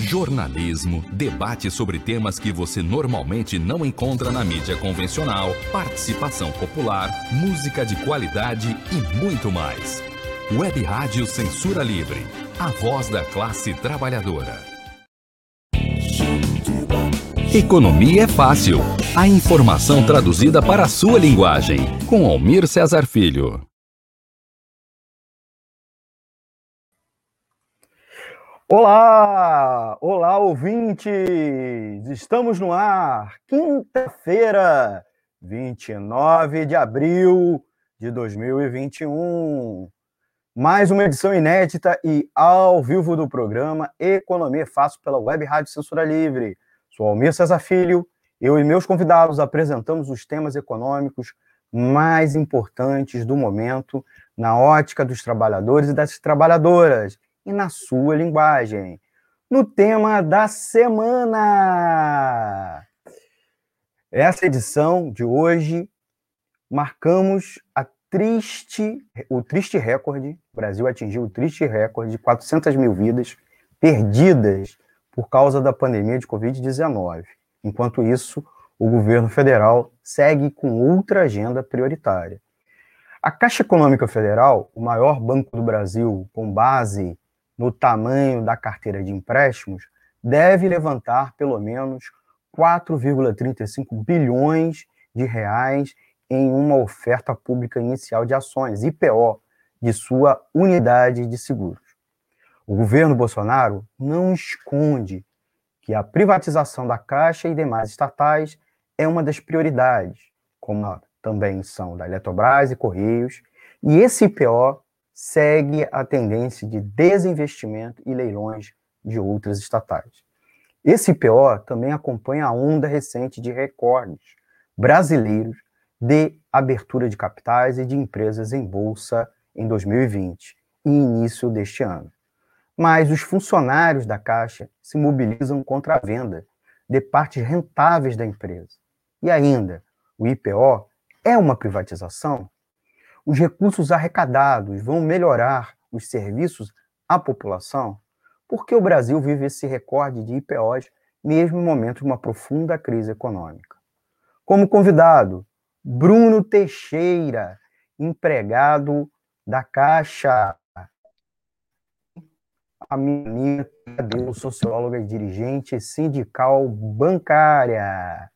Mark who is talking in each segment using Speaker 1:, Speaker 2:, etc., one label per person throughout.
Speaker 1: Jornalismo, debate sobre temas que você normalmente não encontra na mídia convencional, participação popular, música de qualidade e muito mais. Web Rádio Censura Livre, a voz da classe trabalhadora. Economia é fácil. A informação traduzida para a sua linguagem. Com Almir Cesar Filho.
Speaker 2: Olá! Olá, ouvintes! Estamos no ar, quinta-feira, 29 de abril de 2021. Mais uma edição inédita e ao vivo do programa Economia é Fácil pela Web Rádio Censura Livre. Sou Almir Cesar Filho, eu e meus convidados apresentamos os temas econômicos mais importantes do momento na ótica dos trabalhadores e das trabalhadoras e na sua linguagem. No tema da semana. Essa edição de hoje marcamos o triste recorde, o Brasil atingiu o triste recorde de 400 mil vidas perdidas por causa da pandemia de Covid-19. Enquanto isso, o governo federal segue com outra agenda prioritária. A Caixa Econômica Federal, o maior banco do Brasil, com base no tamanho da carteira de empréstimos, deve levantar pelo menos 4,35 bilhões de reais em uma oferta pública inicial de ações, IPO, de sua unidade de seguros. O governo Bolsonaro não esconde que a privatização da Caixa e demais estatais é uma das prioridades, como também são da Eletrobras e Correios, e esse IPO segue a tendência de desinvestimento e leilões de outras estatais. Esse IPO também acompanha a onda recente de recordes brasileiros de abertura de capitais e de empresas em bolsa em 2020 e início deste ano. Mas os funcionários da Caixa se mobilizam contra a venda de partes rentáveis da empresa. E ainda, o IPO é uma privatização? Os recursos arrecadados vão melhorar os serviços à população? Por que o Brasil vive esse recorde de IPOs mesmo em momento de uma profunda crise econômica? Como convidado, Bruno Teixeira, empregado da Caixa. A minha amiga, socióloga e dirigente sindical bancária.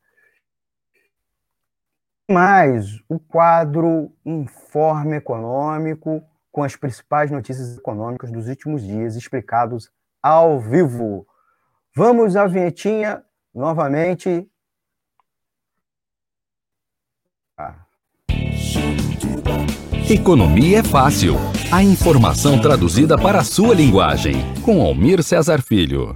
Speaker 2: Mais o quadro Informe Econômico, com as principais notícias econômicas dos últimos dias, explicados ao vivo. Vamos à vinhetinha, novamente.
Speaker 1: Economia é fácil. A informação traduzida para a sua linguagem. Com Almir Cesar Filho.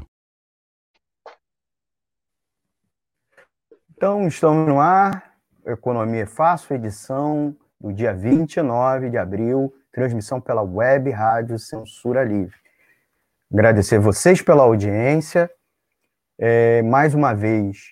Speaker 2: Então, estamos no ar. Economia é Fácil, edição do dia 29 de abril, transmissão pela Web Rádio Censura Livre. Agradecer vocês pela audiência, mais uma vez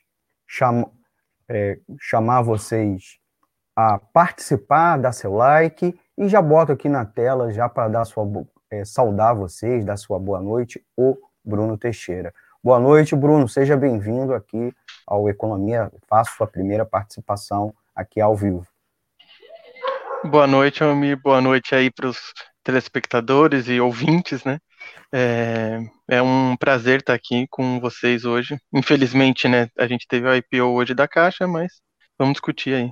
Speaker 2: chamar vocês a participar, dar seu like, e já boto aqui na tela, já para saudar vocês, dar sua boa noite, o Bruno Teixeira. Boa noite, Bruno, seja bem-vindo aqui ao Economia, faço sua primeira participação aqui ao vivo.
Speaker 3: Boa noite, Almir, boa noite aí para os telespectadores e ouvintes, né? É um prazer estar aqui com vocês hoje. Infelizmente, né, a gente teve o IPO hoje da Caixa, mas vamos discutir aí.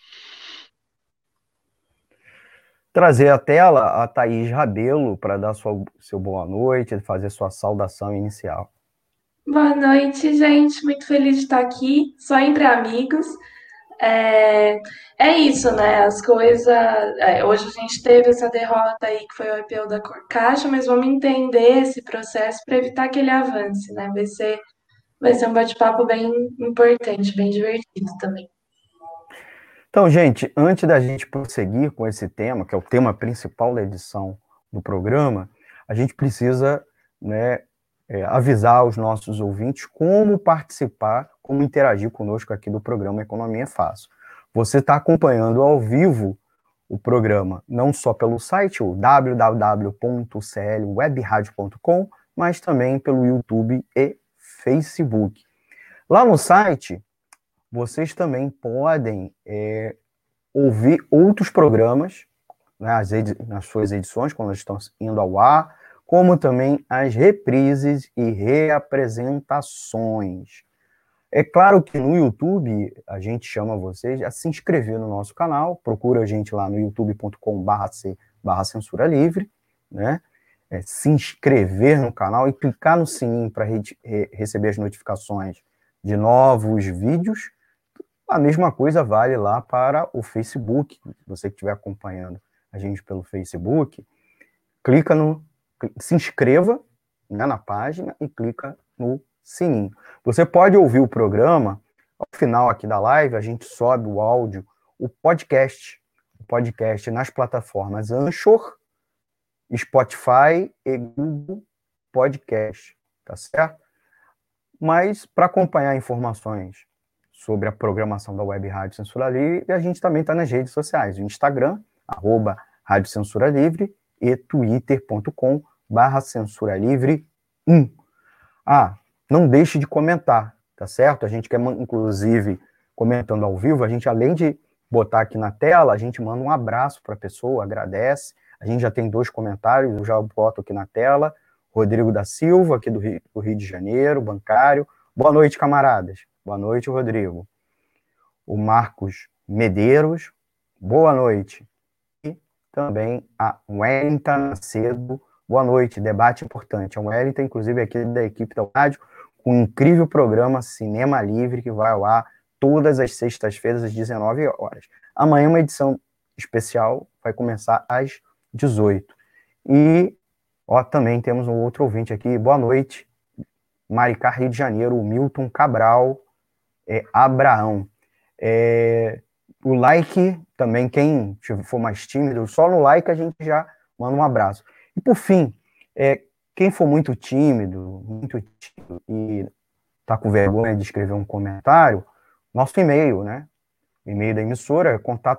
Speaker 2: Trazer à tela a Thaís Rabelo para dar seu boa noite, fazer sua saudação inicial.
Speaker 4: Boa noite, gente. Muito feliz de estar aqui. Só entre amigos. É isso, né? As coisas. Hoje a gente teve essa derrota aí, que foi o IPO da Caixa, mas vamos entender esse processo para evitar que ele avance, né? Vai ser um bate-papo bem importante, bem divertido também.
Speaker 2: Então, gente, antes da gente prosseguir com esse tema, que é o tema principal da edição do programa, a gente precisa, né, avisar os nossos ouvintes como participar, como interagir conosco aqui do programa Economia é Fácil. Você está acompanhando ao vivo o programa, não só pelo site, o www.clwebradio.com, mas também pelo YouTube e Facebook. Lá no site, vocês também podem ouvir outros programas, né, nas suas edições, quando elas estão indo ao ar, como também as reprises e reapresentações. É claro que no YouTube a gente chama vocês a se inscrever no nosso canal, procura a gente lá no youtube.com/censura livre, né? Se inscrever no canal e clicar no sininho para receber as notificações de novos vídeos. A mesma coisa vale lá para o Facebook. Você que estiver acompanhando a gente pelo Facebook, se inscreva, né, na página e clica no sininho. Você pode ouvir o programa, ao final aqui da live, a gente sobe o áudio, o podcast nas plataformas Anchor, Spotify e Google Podcast, tá certo? Mas para acompanhar informações sobre a programação da Web Rádio Censura Livre, a gente também está nas redes sociais, o Instagram, @Rádio Censura Livre, e twitter.com/censuralivre1. Não deixe de comentar, tá certo? A gente quer, inclusive, comentando ao vivo, a gente, além de botar aqui na tela, a gente manda um abraço para a pessoa, agradece. A gente já tem 2 comentários, eu já boto aqui na tela. Rodrigo da Silva, aqui do Rio de Janeiro, bancário. Boa noite, camaradas. Boa noite, Rodrigo. O Marcos Medeiros, boa noite. E também a Wellington Macedo, boa noite, debate importante. A Wellington, inclusive, aqui da equipe da rádio, com um incrível programa Cinema Livre, que vai ao ar todas as sextas-feiras, às 19 horas. Amanhã, uma edição especial, vai começar às 18. E também temos um outro ouvinte aqui. Boa noite, Maricá, Rio de Janeiro, o Milton Cabral, Abraão. O like também, quem for mais tímido, só no like a gente já manda um abraço. E por fim, quem for muito tímido e está com vergonha de escrever um comentário, nosso e-mail, né? O e-mail da emissora é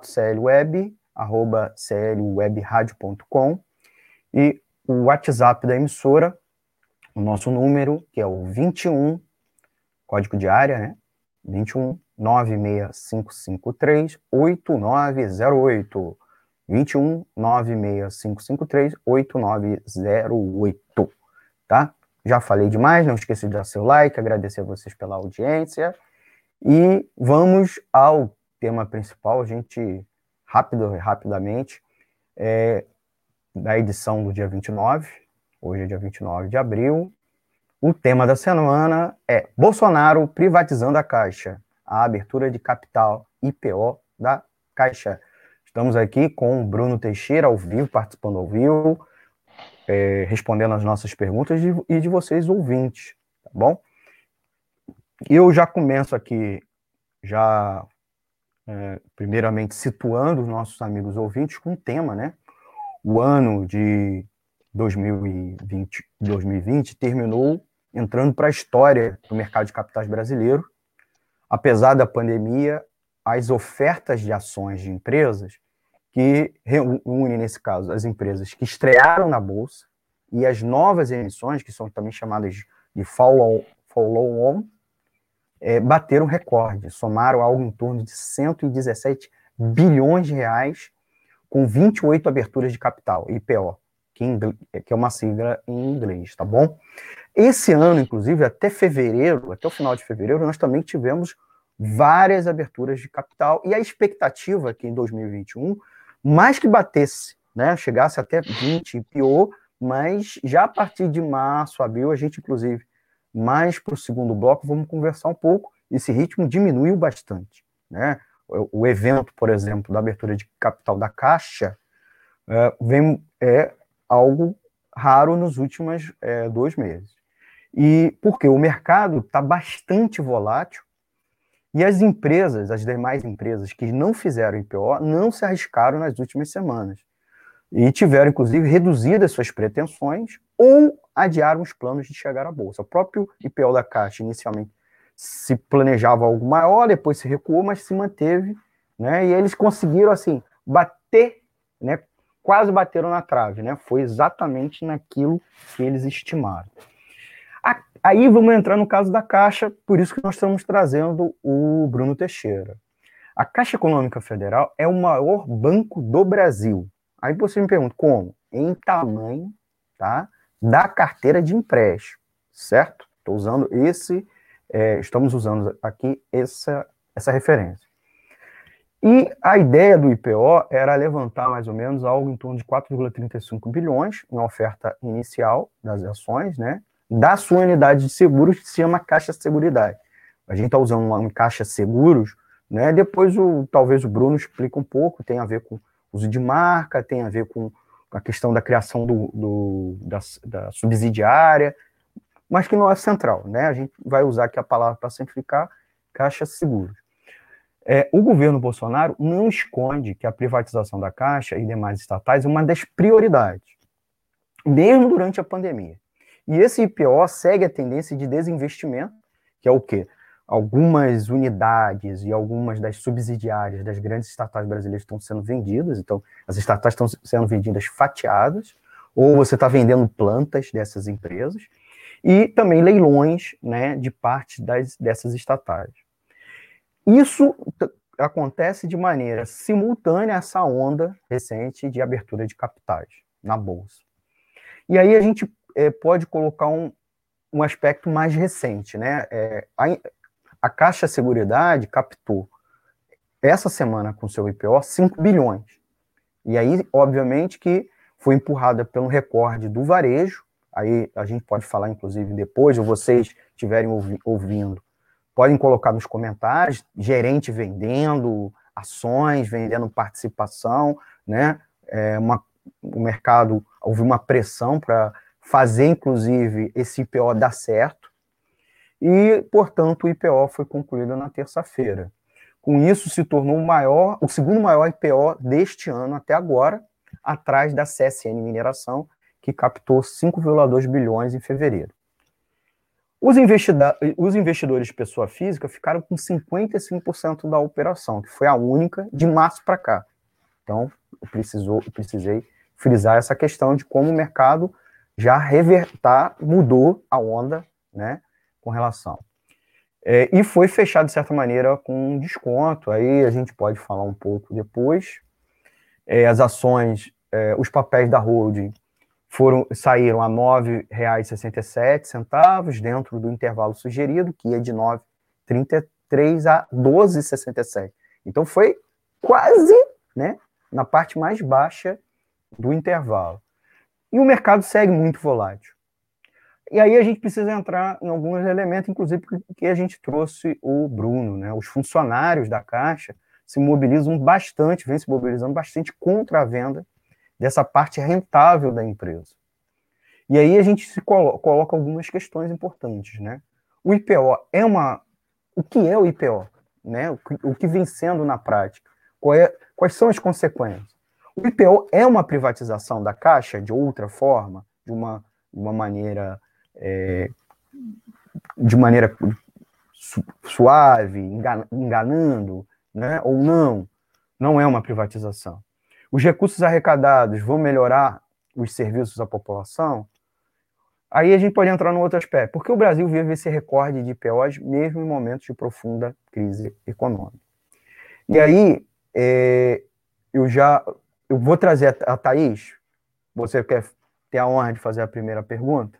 Speaker 2: contato@clwebradio.com, e o WhatsApp da emissora, o nosso número, que é o 21, código de área, né? 21 96553 8908. 21 96553 8908, tá? Já falei demais, não esqueça de dar seu like, agradecer a vocês pela audiência, e vamos ao tema principal, a gente, rapidamente, da edição do dia 29, hoje é dia 29 de abril, o tema da semana é Bolsonaro privatizando a Caixa, a abertura de capital IPO da Caixa. Estamos aqui com o Bruno Teixeira, ao vivo, participando ao vivo, respondendo as nossas perguntas e de vocês, ouvintes, tá bom? Eu já começo aqui, primeiramente, situando os nossos amigos ouvintes com um tema, né? O ano de 2020 terminou entrando para a história do mercado de capitais brasileiro. Apesar da pandemia, as ofertas de ações de empresas que reúnem, nesse caso, as empresas que estrearam na Bolsa e as novas emissões, que são também chamadas de follow-on, bateram recorde, somaram algo em torno de 117 bilhões de reais, com 28 aberturas de capital, IPO, que é uma sigla em inglês, tá bom? Esse ano, inclusive, até o final de fevereiro, nós também tivemos várias aberturas de capital, e a expectativa é que em 2021, mais que batesse, né, chegasse até 20 IPO, mas já a partir de março, abril, a gente, inclusive, mais para o segundo bloco, vamos conversar um pouco, esse ritmo diminuiu bastante, né? O evento, por exemplo, da abertura de capital da Caixa é algo raro nos últimos 2 meses. E porque o mercado está bastante volátil e as demais empresas que não fizeram IPO, não se arriscaram nas últimas semanas. E tiveram, inclusive, reduzidas suas pretensões ou adiaram os planos de chegar à Bolsa. O próprio IPO da Caixa, inicialmente, se planejava algo maior, depois se recuou, mas se manteve, né? E eles conseguiram, assim, bater, né? Quase bateram na trave, né? Foi exatamente naquilo que eles estimaram. Aí vamos entrar no caso da Caixa, por isso que nós estamos trazendo o Bruno Teixeira. A Caixa Econômica Federal é o maior banco do Brasil. Aí você me pergunta, como? Em tamanho, tá, da carteira de empréstimo, certo? Estamos usando aqui essa referência. E a ideia do IPO era levantar mais ou menos algo em torno de 4,35 bilhões em oferta inicial das ações, né, da sua unidade de seguros, que se chama Caixa Seguridade. A gente está usando uma Caixa Seguros, né, depois talvez o Bruno explique um pouco, tem a ver com uso de marca, tem a ver com a questão da criação da subsidiária, mas que não é central, né? A gente vai usar aqui a palavra para simplificar, Caixa Seguros. O governo Bolsonaro não esconde que a privatização da Caixa e demais estatais é uma das prioridades, mesmo durante a pandemia. E esse IPO segue a tendência de desinvestimento, que é o quê? Algumas unidades e algumas das subsidiárias das grandes estatais brasileiras estão sendo vendidas, então as estatais estão sendo vendidas fatiadas, ou você está vendendo plantas dessas empresas, e também leilões, né, de parte dessas estatais. Isso acontece de maneira simultânea a essa onda recente de abertura de capitais na Bolsa. E aí a gente pode colocar um aspecto mais recente, né? A Caixa Seguridade captou essa semana com seu IPO 5 bilhões. E aí, obviamente, que foi empurrada pelo recorde do varejo. Aí a gente pode falar, inclusive, depois, ou vocês estiverem ouvindo, podem colocar nos comentários, gerente vendendo ações, vendendo participação, né? O mercado, houve uma pressão para fazer, inclusive, esse IPO dar certo. E, portanto, o IPO foi concluído na terça-feira. Com isso, se tornou o segundo maior IPO deste ano até agora, atrás da CSN Mineração, que captou 5,2 bilhões em fevereiro. Os investidores pessoa física ficaram com 55% da operação, que foi a única de março para cá. Então, eu precisei frisar essa questão de como o mercado já mudou a onda, né, com relação. E foi fechado, de certa maneira, com um desconto, aí a gente pode falar um pouco depois. As ações, os papéis da holding saíram a R$ 9,67, dentro do intervalo sugerido, que ia de 9,33 a 12,67. Então foi quase, né, na parte mais baixa do intervalo. E o mercado segue muito volátil. E aí a gente precisa entrar em alguns elementos, inclusive que a gente trouxe o Bruno, né? Os funcionários da Caixa vem se mobilizando bastante contra a venda dessa parte rentável da empresa. E aí a gente coloca algumas questões importantes, né? O IPO o que é o IPO? Né? O que vem sendo na prática? Quais são as consequências? O IPO é uma privatização da Caixa de outra forma, de uma maneira suave, enganando, né? Ou não? Não é uma privatização. Os recursos arrecadados vão melhorar os serviços à população? Aí a gente pode entrar no outro aspecto. Por que o Brasil vive esse recorde de IPOs mesmo em momentos de profunda crise econômica? E aí, eu vou trazer a Thaís. Você quer ter a honra de fazer a primeira pergunta?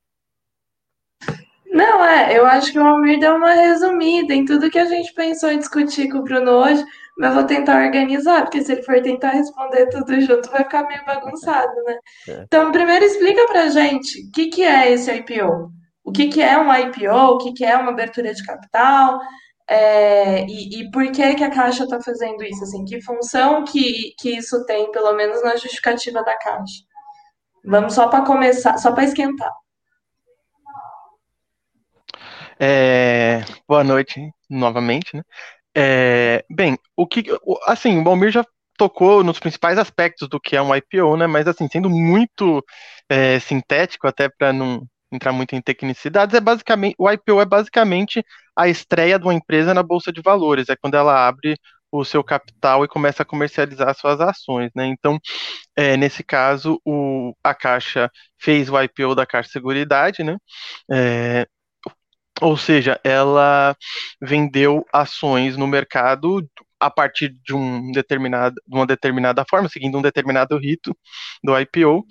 Speaker 4: Não, eu acho que o Almir deu uma resumida em tudo que a gente pensou em discutir com o Bruno hoje, mas eu vou tentar organizar, porque se ele for tentar responder tudo junto, vai ficar meio bagunçado, né? Então, primeiro explica pra gente o que é esse IPO. O que é um IPO, o que é uma abertura de capital, e por que a Caixa está fazendo isso, assim, que função que isso tem, pelo menos na justificativa da Caixa. Vamos só para começar, só para esquentar.
Speaker 3: Boa noite novamente, né? Bem, assim, o Balmir já tocou nos principais aspectos do que é um IPO, né? Mas assim, sendo muito sintético, até para não entrar muito em tecnicidades, o IPO é basicamente a estreia de uma empresa na Bolsa de Valores, é quando ela abre o seu capital e começa a comercializar suas ações, né? Então, nesse caso, a Caixa fez o IPO da Caixa Seguridade, né? Ou seja, ela vendeu ações no mercado a partir de uma determinada forma, seguindo um determinado rito do IPO.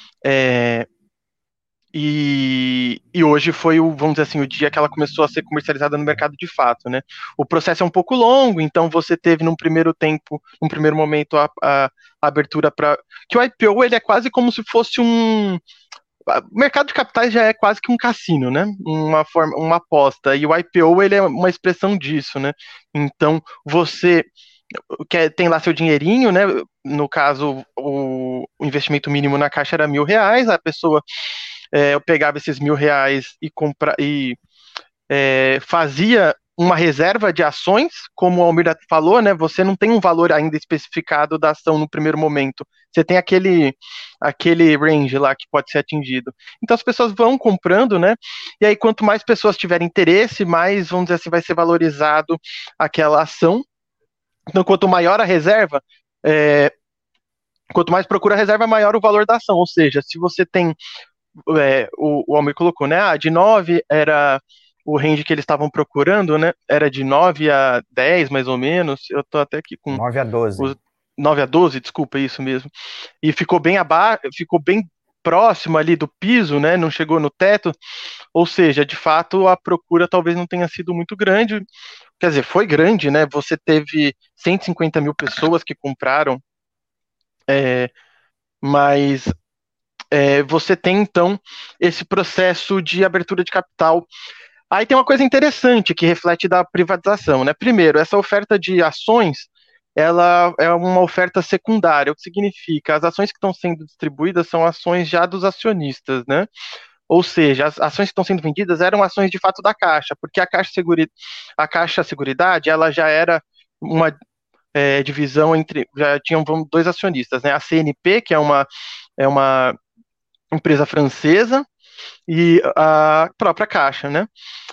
Speaker 3: E hoje foi vamos dizer assim, o dia que ela começou a ser comercializada no mercado de fato, né? O processo é um pouco longo, então você teve num primeiro momento a abertura para que o IPO ele é quase como se fosse o mercado de capitais já é quase que um cassino, né? Uma aposta, e o IPO ele é uma expressão disso, né? Então você tem lá seu dinheirinho, né? No caso, o investimento mínimo na Caixa era R$1.000, a pessoa eu pegava esses R$1.000 e fazia uma reserva de ações, como o Almir falou, né? Você não tem um valor ainda especificado da ação no primeiro momento. Você tem aquele range lá que pode ser atingido. Então as pessoas vão comprando, né? E aí quanto mais pessoas tiverem interesse, mais, vamos dizer assim, vai ser valorizado aquela ação. Então quanto maior a reserva, quanto mais procura a reserva, maior o valor da ação. Ou seja, se você tem o Almir colocou, né? De 9 era o range que eles estavam procurando, né? Era de 9 a 10, mais ou menos. Eu tô até aqui com
Speaker 2: 9 a 12.
Speaker 3: 9 a 12, desculpa, é isso mesmo. E ficou bem abaixo, ficou bem próximo ali do piso, né? Não chegou no teto. Ou seja, de fato, a procura talvez não tenha sido muito grande. Quer dizer, foi grande, né? Você teve 150 mil pessoas que compraram, mas você tem, então, esse processo de abertura de capital. Aí tem uma coisa interessante que reflete da privatização, né? Primeiro, essa oferta de ações, ela é uma oferta secundária, o que significa as ações que estão sendo distribuídas são ações já dos acionistas, né? Ou seja, as ações que estão sendo vendidas eram ações de fato da Caixa, porque a Caixa Seguridade, ela já era uma divisão já tinham dois acionistas, né? A CNP, que é uma empresa francesa, e a própria Caixa, né?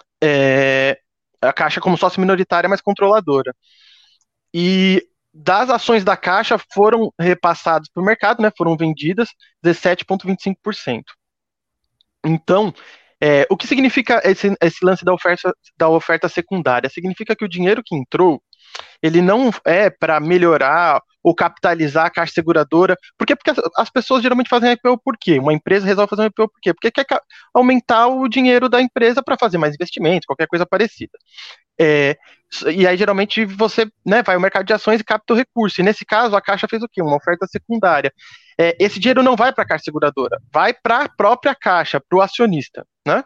Speaker 3: A Caixa como sócio minoritária, mas controladora. E das ações da Caixa foram repassadas para o mercado, né? Foram vendidas 17,25%. Então, o que significa esse lance da oferta secundária? Significa que o dinheiro que entrou, ele não é para melhorar ou capitalizar a Caixa Seguradora. Porque as pessoas geralmente fazem IPO por quê? Uma empresa resolve fazer um IPO por quê? Porque quer aumentar o dinheiro da empresa para fazer mais investimentos, qualquer coisa parecida. E aí, geralmente, você vai ao mercado de ações e capta o recurso. E nesse caso, a Caixa fez o quê? Uma oferta secundária. Esse dinheiro não vai para a Caixa Seguradora, vai para a própria Caixa, para o acionista, né?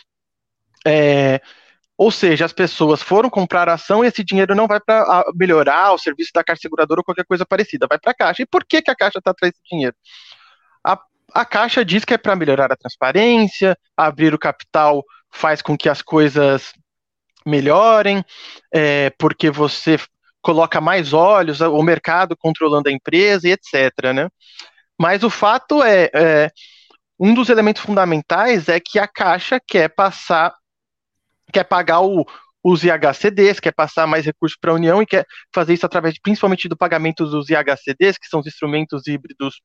Speaker 3: Ou seja, as pessoas foram comprar a ação e esse dinheiro não vai para melhorar o serviço da Caixa Seguradora ou qualquer coisa parecida, vai para a Caixa. E por que a Caixa está atrás desse dinheiro? A Caixa diz que é para melhorar a transparência, abrir o capital faz com que as coisas melhorem, porque você coloca mais olhos, o mercado controlando a empresa e etc, né? Mas o fato um dos elementos fundamentais é que a Caixa quer pagar os IHCDs, quer passar mais recursos para a União e quer fazer isso através principalmente do pagamento dos IHCDs, que são os instrumentos híbridos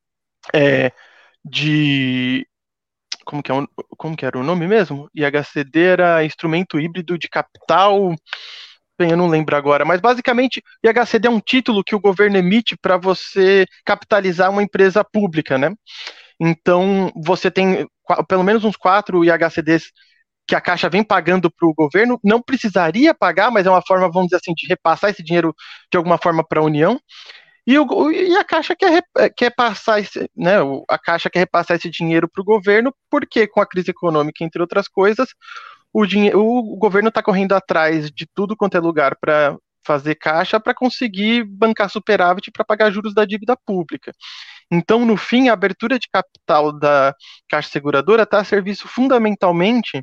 Speaker 3: como que era o nome mesmo? IHCD era instrumento híbrido de capital. Bem, eu não lembro agora, mas basicamente IHCD é um título que o governo emite para você capitalizar uma empresa pública, né? Então, você tem pelo menos uns 4 IHCDs que a Caixa vem pagando para o governo, não precisaria pagar, mas é uma forma, vamos dizer assim, de repassar esse dinheiro de alguma forma para a União. E a Caixa quer passar a Caixa quer repassar esse dinheiro para o governo, porque com a crise econômica, entre outras coisas, o governo está correndo atrás de tudo quanto é lugar para fazer caixa para conseguir bancar superávit para pagar juros da dívida pública. Então, no fim, a abertura de capital da Caixa Seguradora está a serviço fundamentalmente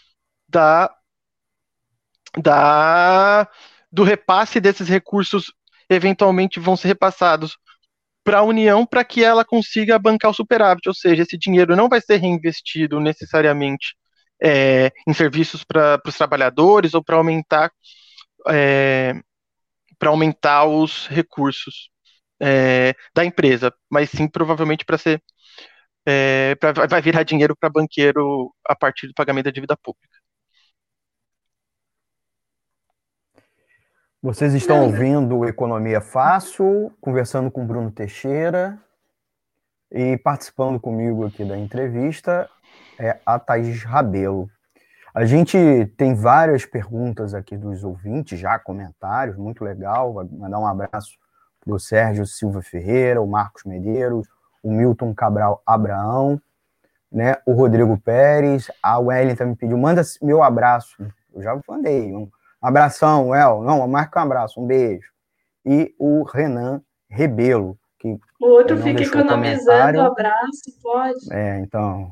Speaker 3: do repasse desses recursos eventualmente vão ser repassados para a União para que ela consiga bancar o superávit, ou seja, esse dinheiro não vai ser reinvestido necessariamente em serviços para os trabalhadores ou para aumentar para aumentar os recursos da empresa, mas sim provavelmente para ser vai virar dinheiro para banqueiro a partir do pagamento da dívida pública.
Speaker 2: Vocês estão ouvindo o Economia Fácil, conversando com Bruno Teixeira, e participando comigo aqui da entrevista é a Thaís Rabelo. A gente tem várias perguntas aqui dos ouvintes, já comentários, muito legal. Vou mandar um abraço para o Sérgio Silva Ferreira, o Marcos Medeiros, o Milton Cabral Abraão, né, o Rodrigo Pérez, a Wellington me pediu, manda meu abraço. Eu já mandei, um abração, não, marca um abraço, um beijo. E o Renan Rebelo, que
Speaker 4: o outro fica economizando o abraço, pode?
Speaker 2: Então...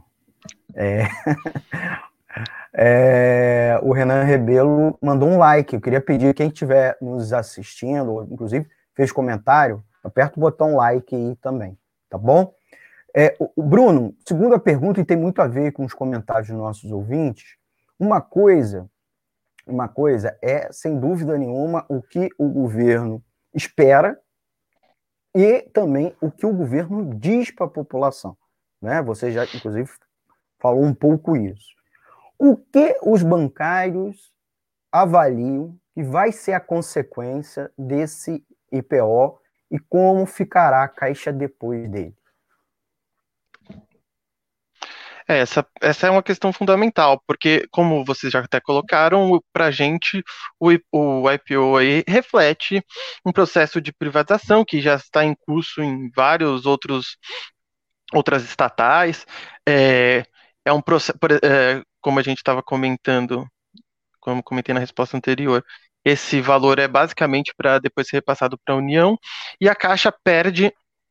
Speaker 2: o Renan Rebelo mandou um like. Eu queria pedir, quem estiver nos assistindo, ou inclusive fez comentário, aperta o botão like aí também, tá bom? O Bruno, segunda pergunta, e tem muito a ver com os comentários dos nossos ouvintes, uma coisa é, sem dúvida nenhuma, o que o governo espera e também o que o governo diz para a população, né? Você já, inclusive, falou um pouco isso. O que os bancários avaliam que vai ser a consequência desse IPO e como ficará a Caixa depois dele?
Speaker 3: Essa é uma questão fundamental, porque, como vocês já até colocaram, para a gente o IPO aí reflete um processo de privatização que já está em curso em vários outras estatais. É um processo, como a gente estava comentando, como comentei na resposta anterior, esse valor é basicamente para depois ser repassado para a União, e a Caixa perde,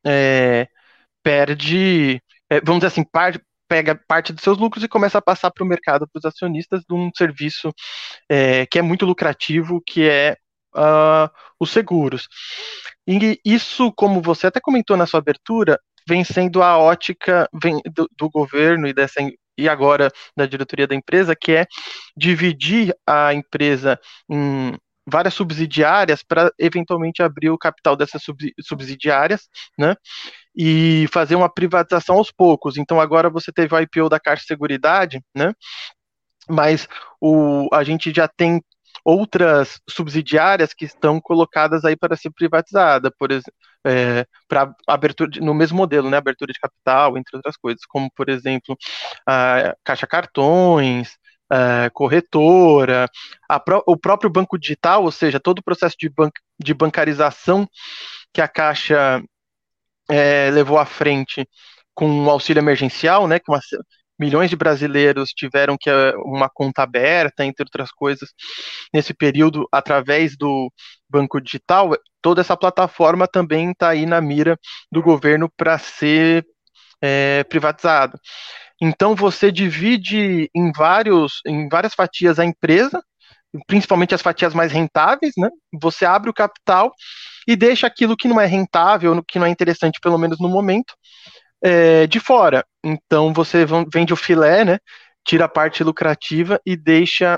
Speaker 3: vamos dizer assim, pega parte dos seus lucros e começa a passar para o mercado, para os acionistas, de um serviço que é muito lucrativo, que é os seguros. E isso, como você até comentou na sua abertura, vem sendo a ótica do governo e agora da diretoria da empresa, que é dividir a empresa em várias subsidiárias para eventualmente abrir o capital dessas subsidiárias, né? E fazer uma privatização aos poucos. Então agora você teve o IPO da Caixa Seguridade, né? Mas a gente já tem outras subsidiárias que estão colocadas aí para ser privatizada, por exemplo, para abertura no mesmo modelo, né? Abertura de capital, entre outras coisas, como por exemplo a Caixa Cartões, corretora, o próprio banco digital, ou seja, todo o processo de bancarização que a Caixa levou à frente com o auxílio emergencial, né, que milhões de brasileiros tiveram uma conta aberta, entre outras coisas, nesse período, através do banco digital. Toda essa plataforma também está aí na mira do governo para ser privatizada. Então, você divide em várias fatias a empresa, principalmente as fatias mais rentáveis, né? Você abre o capital e deixa aquilo que não é rentável, que não é interessante, pelo menos no momento, de fora. Então você vende o filé, né? Tira a parte lucrativa e deixa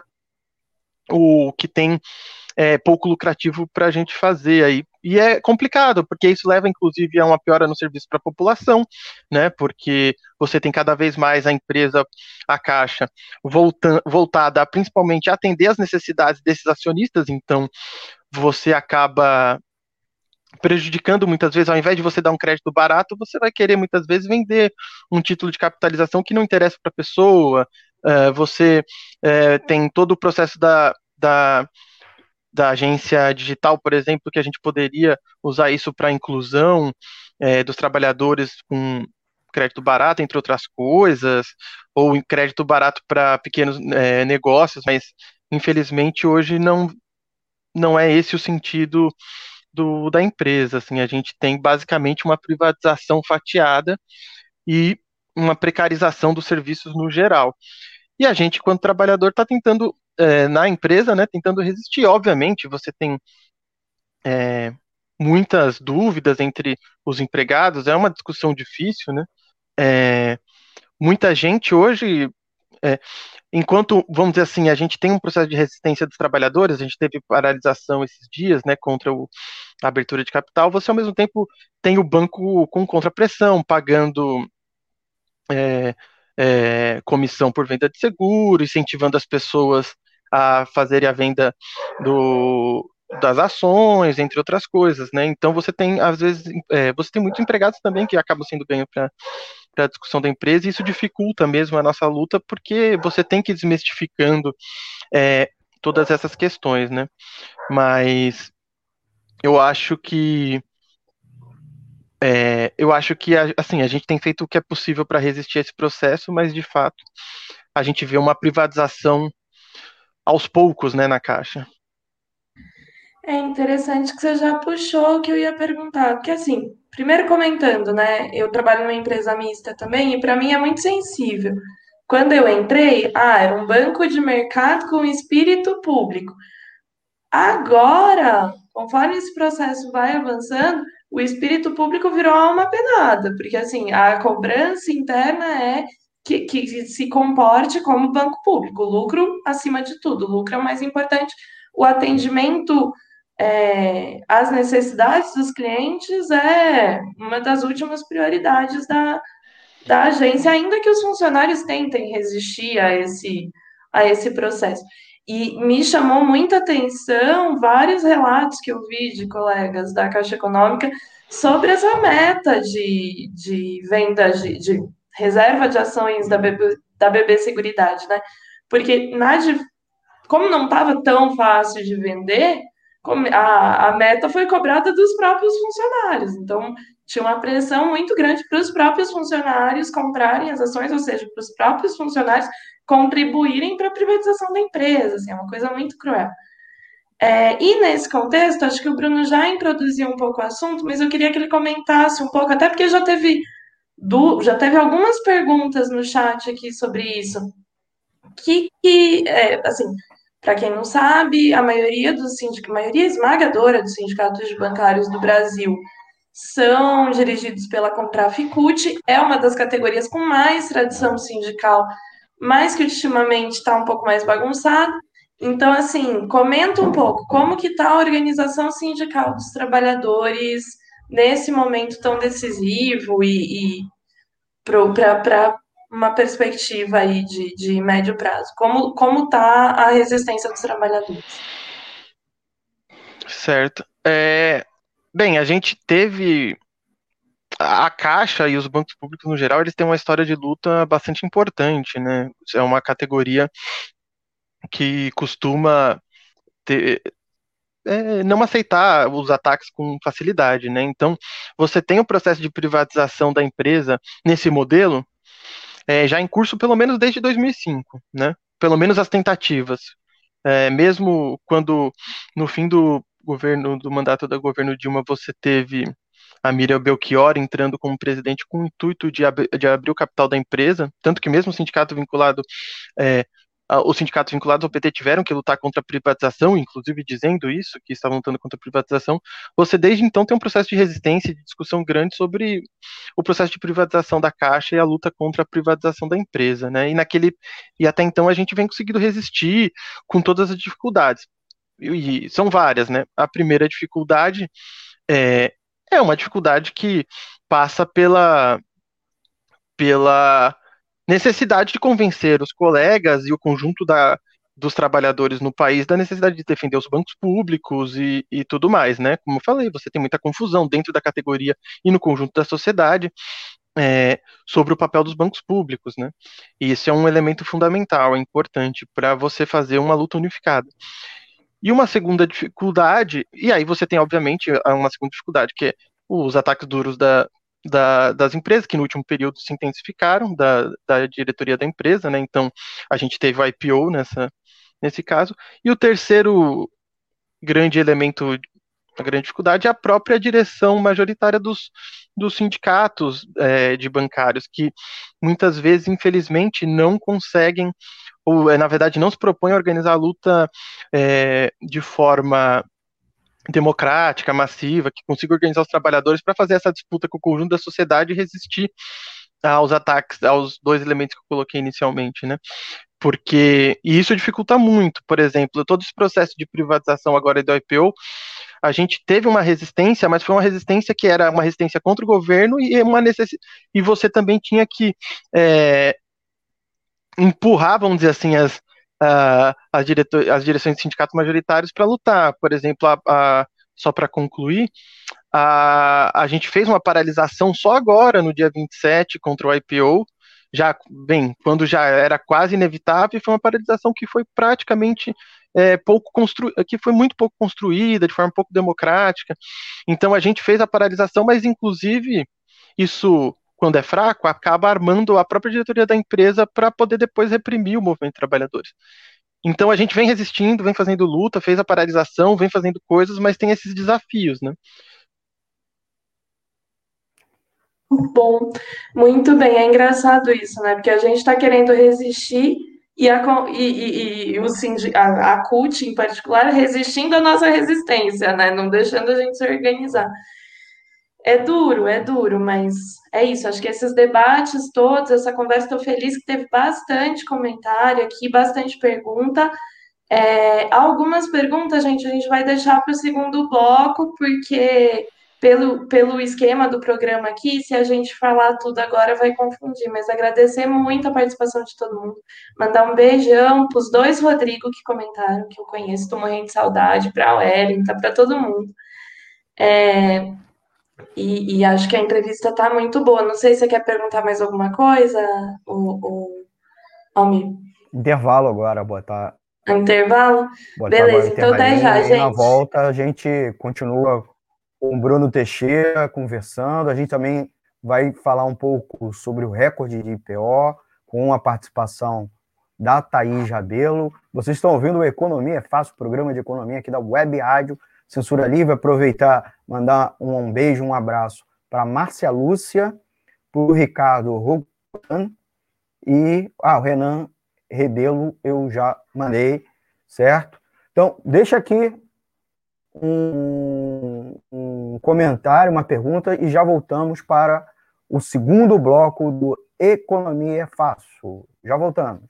Speaker 3: o que tem pouco lucrativo para a gente fazer aí. E é complicado, porque isso leva, inclusive, a uma piora no serviço para a população, né? Porque você tem cada vez mais a empresa, a Caixa, voltada a, principalmente, a atender as necessidades desses acionistas. Então, você acaba prejudicando muitas vezes, ao invés de você dar um crédito barato, você vai querer muitas vezes vender um título de capitalização que não interessa para a pessoa. Você tem todo o processo da agência digital, por exemplo, que a gente poderia usar isso para a inclusão dos trabalhadores com crédito barato, entre outras coisas, ou crédito barato para pequenos negócios, mas infelizmente hoje não é esse o sentido da empresa. Assim, a gente tem basicamente uma privatização fatiada e uma precarização dos serviços no geral. E a gente, quanto trabalhador, está tentando, na empresa, né, tentando resistir. Obviamente, você tem muitas dúvidas entre os empregados, é uma discussão difícil, né? Muita gente hoje, enquanto, vamos dizer assim, a gente tem um processo de resistência dos trabalhadores, a gente teve paralisação esses dias, né, contra a abertura de capital, você ao mesmo tempo tem o banco com contrapressão, pagando é, comissão por venda de seguro, incentivando as pessoas a fazerem a venda das ações, entre outras coisas, né? Então você tem, às vezes, você tem muitos empregados também que acabam sendo ganho para a discussão da empresa, e isso dificulta mesmo a nossa luta, porque você tem que ir desmistificando todas essas questões, né? Mas eu acho que assim, a gente tem feito o que é possível para resistir a esse processo, mas de fato a gente vê uma privatização aos poucos, né, na Caixa.
Speaker 4: É interessante que você já puxou o que eu ia perguntar, porque assim, primeiro comentando, né? Eu trabalho numa empresa mista também e para mim é muito sensível. Quando eu entrei, era um banco de mercado com espírito público. Agora, conforme esse processo vai avançando, o espírito público virou alma penada, porque assim, a cobrança interna é que se comporte como banco público, lucro acima de tudo, lucro é o mais importante, o atendimento às necessidades dos clientes é uma das últimas prioridades da agência, ainda que os funcionários tentem resistir a esse processo. E me chamou muita atenção vários relatos que eu vi de colegas da Caixa Econômica sobre essa meta de venda de reserva de ações da BB Seguridade, né? Porque como não estava tão fácil de vender, a meta foi cobrada dos próprios funcionários. Então, tinha uma pressão muito grande para os próprios funcionários comprarem as ações, ou seja, para os próprios funcionários contribuírem para a privatização da empresa. Assim, é uma coisa muito cruel. E nesse contexto, acho que o Bruno já introduziu um pouco o assunto, mas eu queria que ele comentasse um pouco, até porque já teve algumas perguntas no chat aqui sobre isso. Assim, para quem não sabe, a maioria esmagadora dos sindicatos bancários do Brasil são dirigidos pela Contraficute, é uma das categorias com mais tradição sindical, mas que ultimamente está um pouco mais bagunçado. Então, assim, comenta um pouco como que está a organização sindical dos trabalhadores nesse momento tão decisivo e para uma perspectiva aí de médio prazo. Como está a resistência dos trabalhadores?
Speaker 3: Certo. Bem, a gente teve a Caixa e os bancos públicos no geral, eles têm uma história de luta bastante importante, né? É uma categoria que costuma não aceitar os ataques com facilidade, né? Então, você tem o processo de privatização da empresa nesse modelo já em curso pelo menos desde 2005, né? Pelo menos as tentativas. Mesmo quando, no fim do mandato do governo Dilma, você teve a Miriam Belchior entrando como presidente com o intuito de abrir o capital da empresa, tanto que mesmo os sindicatos vinculados ao PT tiveram que lutar contra a privatização, inclusive dizendo isso, que estavam lutando contra a privatização. Você desde então tem um processo de resistência e de discussão grande sobre o processo de privatização da Caixa e a luta contra a privatização da empresa, né? E até então a gente vem conseguindo resistir com todas as dificuldades. E são várias, né? A primeira dificuldade é uma dificuldade que passa pela necessidade de convencer os colegas e o conjunto dos trabalhadores no país da necessidade de defender os bancos públicos e tudo mais, né? Como eu falei, você tem muita confusão dentro da categoria e no conjunto da sociedade sobre o papel dos bancos públicos, né? E isso é um elemento fundamental, é importante para você fazer uma luta unificada. E uma segunda dificuldade, e aí você tem, obviamente, uma segunda dificuldade, que é os ataques duros das empresas, que no último período se intensificaram, da diretoria da empresa, né? Então, a gente teve o IPO nesse caso. E o terceiro grande elemento, a grande dificuldade, é a própria direção majoritária dos sindicatos de bancários, que muitas vezes, infelizmente, não conseguem, ou na verdade não se propõem a organizar a luta de forma democrática, massiva, que consiga organizar os trabalhadores para fazer essa disputa com o conjunto da sociedade e resistir aos ataques, aos dois elementos que eu coloquei inicialmente, né? E isso dificulta muito. Por exemplo, todo esse processo de privatização agora do IPO, a gente teve uma resistência, mas foi uma resistência que era uma resistência contra o governo e você também tinha que empurrar, vamos dizer assim, as direções de sindicatos majoritários para lutar. Por exemplo, só para concluir, a gente fez uma paralisação só agora, no dia 27, contra o IPO, quando já era quase inevitável, e foi uma paralisação que foi praticamente que foi muito pouco construída, de forma pouco democrática. Então a gente fez a paralisação, mas inclusive isso, quando é fraco, acaba armando a própria diretoria da empresa para poder depois reprimir o movimento de trabalhadores. Então a gente vem resistindo, vem fazendo luta, fez a paralisação, vem fazendo coisas, mas tem esses desafios, né?
Speaker 4: Bom, muito bem, é engraçado isso, né? Porque a gente está querendo resistir e a CUT, em particular, resistindo à nossa resistência, né? Não deixando a gente se organizar. É duro, mas é isso. Acho que esses debates todos, essa conversa, estou feliz que teve bastante comentário aqui, bastante pergunta. Algumas perguntas, gente, a gente vai deixar para o segundo bloco, porque pelo esquema do programa aqui, se a gente falar tudo agora vai confundir, mas agradecer muito a participação de todo mundo, mandar um beijão para os dois Rodrigo que comentaram, que eu conheço, estou morrendo de saudade, para a Wellington, para todo mundo. E acho que a entrevista está muito boa. Não sei se você quer perguntar mais alguma coisa, Almir.
Speaker 2: Intervalo agora, botar
Speaker 4: Intervalo?
Speaker 2: agora
Speaker 4: Beleza,
Speaker 2: o
Speaker 4: então até já,
Speaker 2: intervalinho, e na
Speaker 4: gente.
Speaker 2: volta a gente continua com o Bruno Teixeira conversando. A gente também vai falar um pouco sobre o recorde de IPO, com a participação da Thaís Rabelo. Vocês estão ouvindo o Economia é Fácil, programa de economia aqui da Web Rádio Censura Livre. Aproveitar, mandar um beijo, um abraço para Márcia Lúcia, para o Ricardo Rogan e o Renan Rebelo eu já mandei, certo? Então, deixa aqui um comentário, uma pergunta, e já voltamos para o segundo bloco do Economia é Fácil. Já voltamos.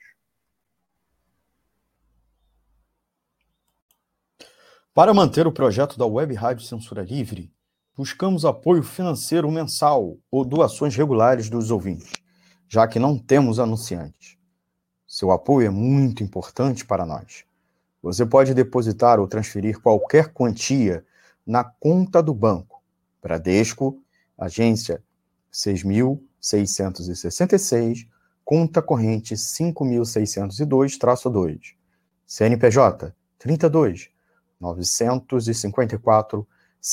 Speaker 2: Para manter o projeto da Web Rádio Censura Livre, buscamos apoio financeiro mensal ou doações regulares dos ouvintes, já que não temos anunciantes. Seu apoio é muito importante para nós. Você pode depositar ou transferir qualquer quantia na conta do banco. Bradesco, agência 6.666, conta corrente 5.602-2, CNPJ 32 954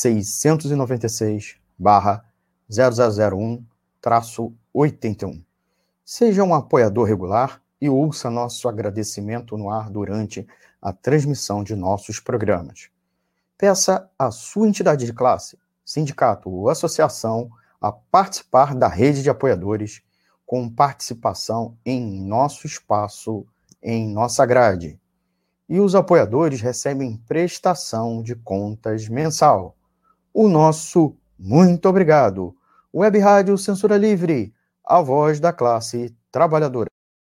Speaker 2: 696/0001-81. Seja um apoiador regular e ouça nosso agradecimento no ar durante a transmissão de nossos programas. Peça à sua entidade de classe, sindicato ou associação a participar da rede de apoiadores com participação em nosso espaço, em nossa grade. E os apoiadores recebem prestação de contas mensal. O nosso muito obrigado. Web Rádio Censura Livre, a voz da classe trabalhadora.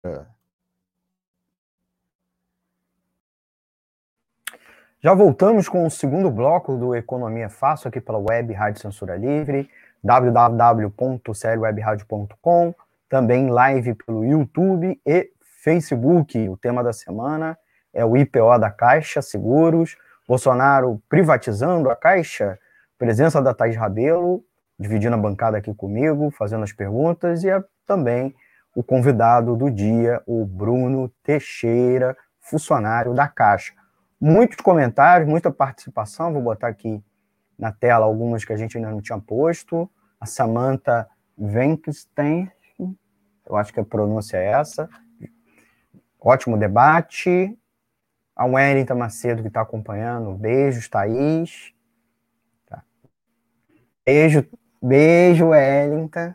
Speaker 2: Já voltamos com o segundo bloco do Economia Fácil aqui pela Web Rádio Censura Livre, www.seriowebradio.com, também live pelo YouTube e Facebook. O tema da semana é o IPO da Caixa Seguros, Bolsonaro privatizando a Caixa, presença da Thaís Rabelo, dividindo a bancada aqui comigo, fazendo as perguntas, e também o convidado do dia, o Bruno Teixeira, funcionário da Caixa. Muitos comentários, muita participação, vou botar aqui na tela algumas que a gente ainda não tinha posto. A Samantha Venkstein, eu acho que a pronúncia é essa. Ótimo debate. A Wellington Macedo que está acompanhando, beijos, Thaís. Tá. Beijo, Wellington.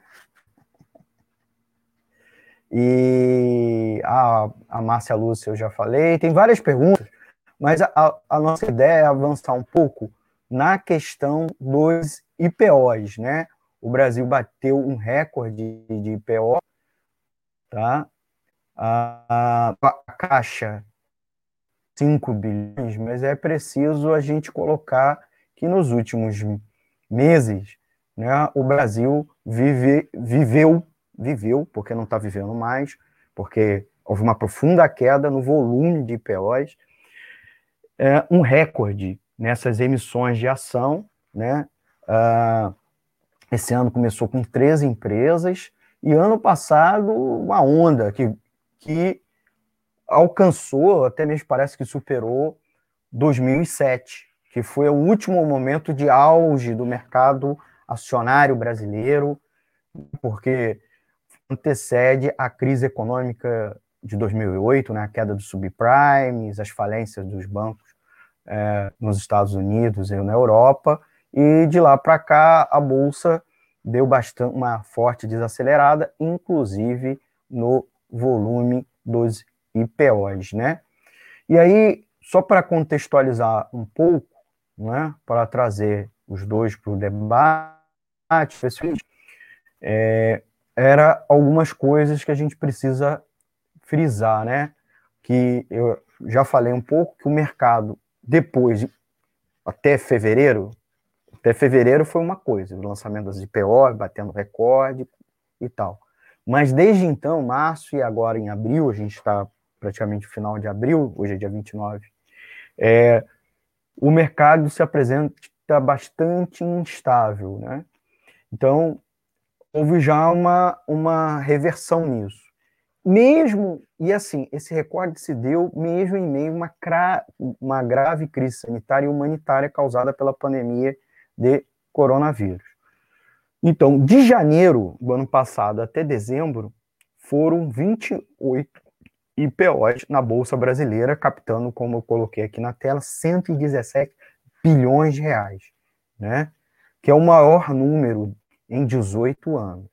Speaker 2: E a Márcia Lúcia eu já falei. Tem várias perguntas, mas a nossa ideia é avançar um pouco na questão dos IPOs, né? O Brasil bateu um recorde de IPO, tá? A Caixa 5 bilhões, mas é preciso a gente colocar que nos últimos meses, né, o Brasil viveu, porque não está vivendo mais, porque houve uma profunda queda no volume de IPOs, um recorde nessas emissões de ação, né? Esse ano começou com 13 empresas, e ano passado uma onda que alcançou, até mesmo parece que superou 2007, que foi o último momento de auge do mercado acionário brasileiro, porque antecede a crise econômica de 2008, né, a queda dos subprimes, as falências dos bancos nos Estados Unidos e na Europa, e de lá para cá a Bolsa deu uma forte desacelerada, inclusive no volume dos IPOs, né? E aí, só para contextualizar um pouco, né, para trazer os dois para o debate, era algumas coisas que a gente precisa frisar, né? Que eu já falei um pouco, que o mercado, até fevereiro foi uma coisa, o lançamento das IPO, batendo recorde e tal. Mas desde então, março e agora em abril, a gente está praticamente no final de abril, hoje é dia 29, o mercado se apresenta bastante instável, né? Então, houve já uma reversão nisso. E assim, esse recorde se deu mesmo em meio a uma grave crise sanitária e humanitária causada pela pandemia de coronavírus. Então, de janeiro do ano passado até dezembro, foram 28 IPOs na Bolsa Brasileira, captando, como eu coloquei aqui na tela, 117 bilhões de reais, né? Que é o maior número em 18 anos.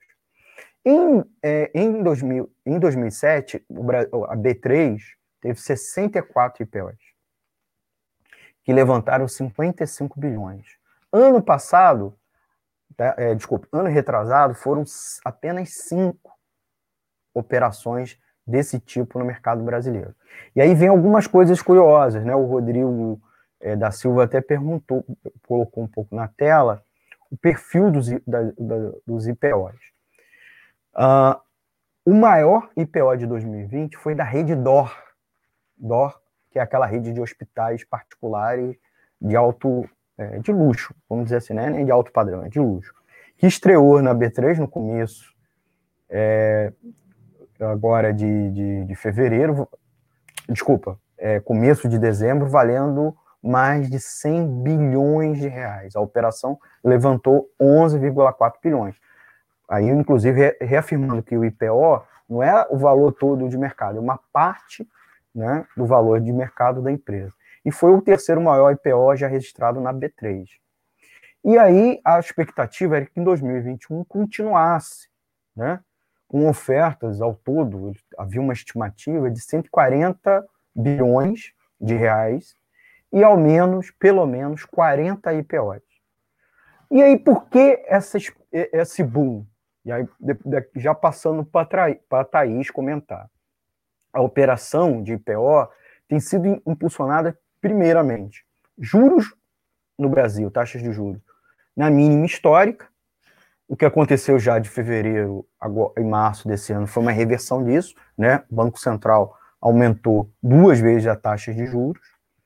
Speaker 2: Em 2007, a B3 teve 64 IPOs, que levantaram 55 bilhões. Ano passado, ano retrasado, foram apenas 5 operações desse tipo no mercado brasileiro. E aí vem algumas coisas curiosas, né? O Rodrigo da Silva até colocou um pouco na tela, o perfil dos IPOs. O maior IPO de 2020 foi da rede DOR, que é aquela rede de hospitais particulares de luxo, vamos dizer assim, né? Nem de alto padrão, é de luxo, que estreou na B3 no começo, agora de fevereiro, começo de dezembro, valendo mais de 100 bilhões de reais. A operação levantou 11,4 bilhões. Aí, inclusive, reafirmando que o IPO não é o valor todo de mercado, é uma parte, né, do valor de mercado da empresa. E foi o terceiro maior IPO já registrado na B3. E aí, a expectativa era que em 2021 continuasse, né, com ofertas ao todo, havia uma estimativa de 140 bilhões de reais e pelo menos 40 IPOs. E aí, por que esse boom? E aí, já passando para a Thaís comentar. A operação de IPO tem sido impulsionada, primeiramente, juros no Brasil, taxas de juros, na mínima histórica. O que aconteceu já de fevereiro em março desse ano foi uma reversão disso, né? O Banco Central aumentou 2 vezes a taxa de juros.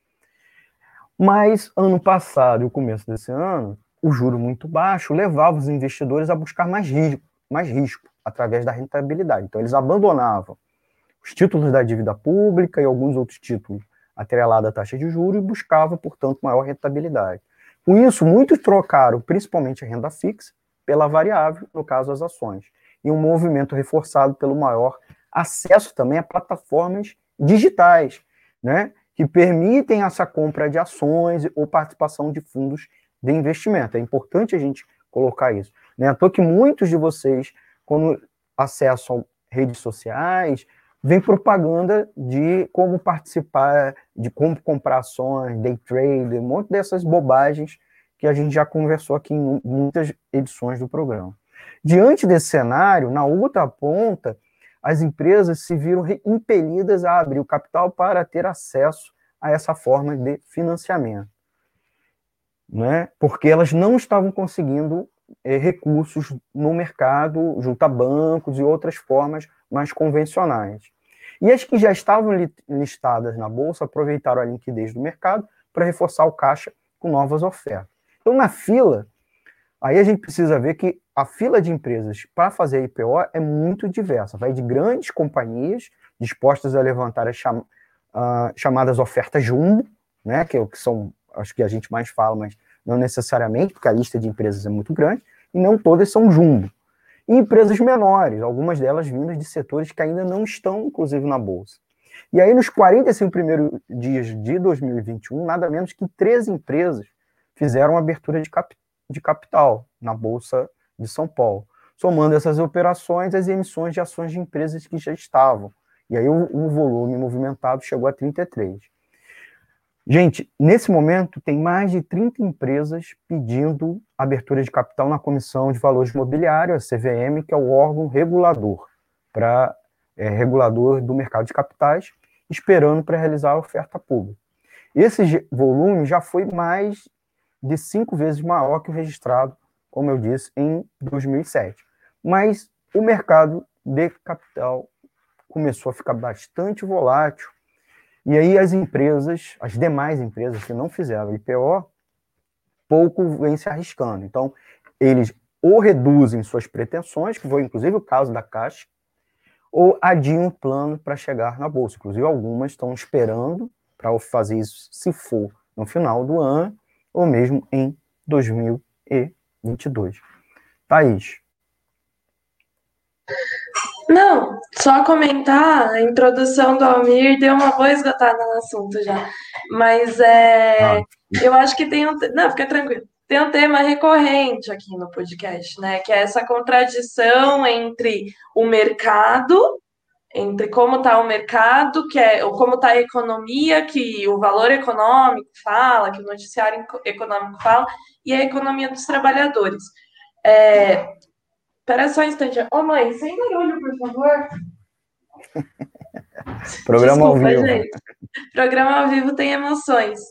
Speaker 2: Mas ano passado e o começo desse ano, o juro muito baixo levava os investidores a buscar mais risco através da rentabilidade. Então, eles abandonavam os títulos da dívida pública e alguns outros títulos atrelados à taxa de juros e buscavam, portanto, maior rentabilidade. Com isso, muitos trocaram, principalmente a renda fixa, pela variável, no caso, as ações. E um movimento reforçado pelo maior acesso também a plataformas digitais, né, que permitem essa compra de ações ou participação de fundos de investimento. É importante a gente colocar isso. Não é à toa que muitos de vocês, quando acessam redes sociais, vem propaganda de como participar, de como comprar ações, day trade, um monte dessas bobagens que a gente já conversou aqui em muitas edições do programa. Diante desse cenário, na outra ponta, as empresas se viram impelidas a abrir o capital para ter acesso a essa forma de financiamento, né? Porque elas não estavam conseguindo recursos no mercado, junto a bancos e outras formas mais convencionais. E as que já estavam listadas na Bolsa aproveitaram a liquidez do mercado para reforçar o caixa com novas ofertas. Então, na fila, aí a gente precisa ver que a fila de empresas para fazer a IPO é muito diversa. Vai de grandes companhias dispostas a levantar as chamadas ofertas jumbo, né, que são, acho que a gente mais fala, mas não necessariamente, porque a lista de empresas é muito grande, e não todas são jumbo. E empresas menores, algumas delas vindas de setores que ainda não estão, inclusive, na Bolsa. E aí, nos 45 primeiros dias de 2021, nada menos que 13 empresas fizeram abertura de capital na Bolsa de São Paulo, somando essas operações às emissões de ações de empresas que já estavam. E aí o volume movimentado chegou a 33. Gente, nesse momento tem mais de 30 empresas pedindo abertura de capital na Comissão de Valores Mobiliários, a CVM, que é o órgão regulador, regulador do mercado de capitais, esperando para realizar a oferta pública. Esse volume já foi mais de 5 vezes maior que o registrado, como eu disse, em 2007. Mas o mercado de capital começou a ficar bastante volátil, e aí as demais empresas que não fizeram IPO, pouco vêm se arriscando. Então, eles ou reduzem suas pretensões, que foi inclusive o caso da Caixa, ou adiam o plano para chegar na Bolsa. Inclusive, algumas estão esperando para fazer isso, se for no final do ano, ou mesmo em 2022. Thaís.
Speaker 4: Não, só comentar, a introdução do Almir deu uma boa esgotada no assunto já. Mas eu acho que tem não, fica tranquilo. Tem um tema recorrente aqui no podcast, né? Que é essa contradição entre o mercado, entre como está o mercado, ou como está a economia, que o valor econômico fala, que o noticiário econômico fala, e a economia dos trabalhadores. Espera só um instante. Ô, mãe, sem barulho, por favor.
Speaker 2: Programa
Speaker 4: Desculpa,
Speaker 2: ao vivo.
Speaker 4: gente. Programa ao vivo tem emoções.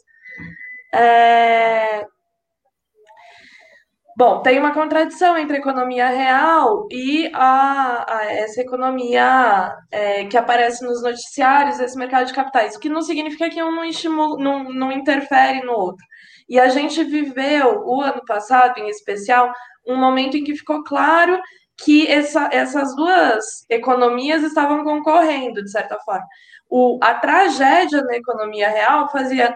Speaker 4: Bom, tem uma contradição entre a economia real e essa economia que aparece nos noticiários, esse mercado de capitais, o que não significa que um não interfere no outro. E a gente viveu, o ano passado em especial, um momento em que ficou claro que essas duas economias estavam concorrendo, de certa forma. A tragédia na economia real fazia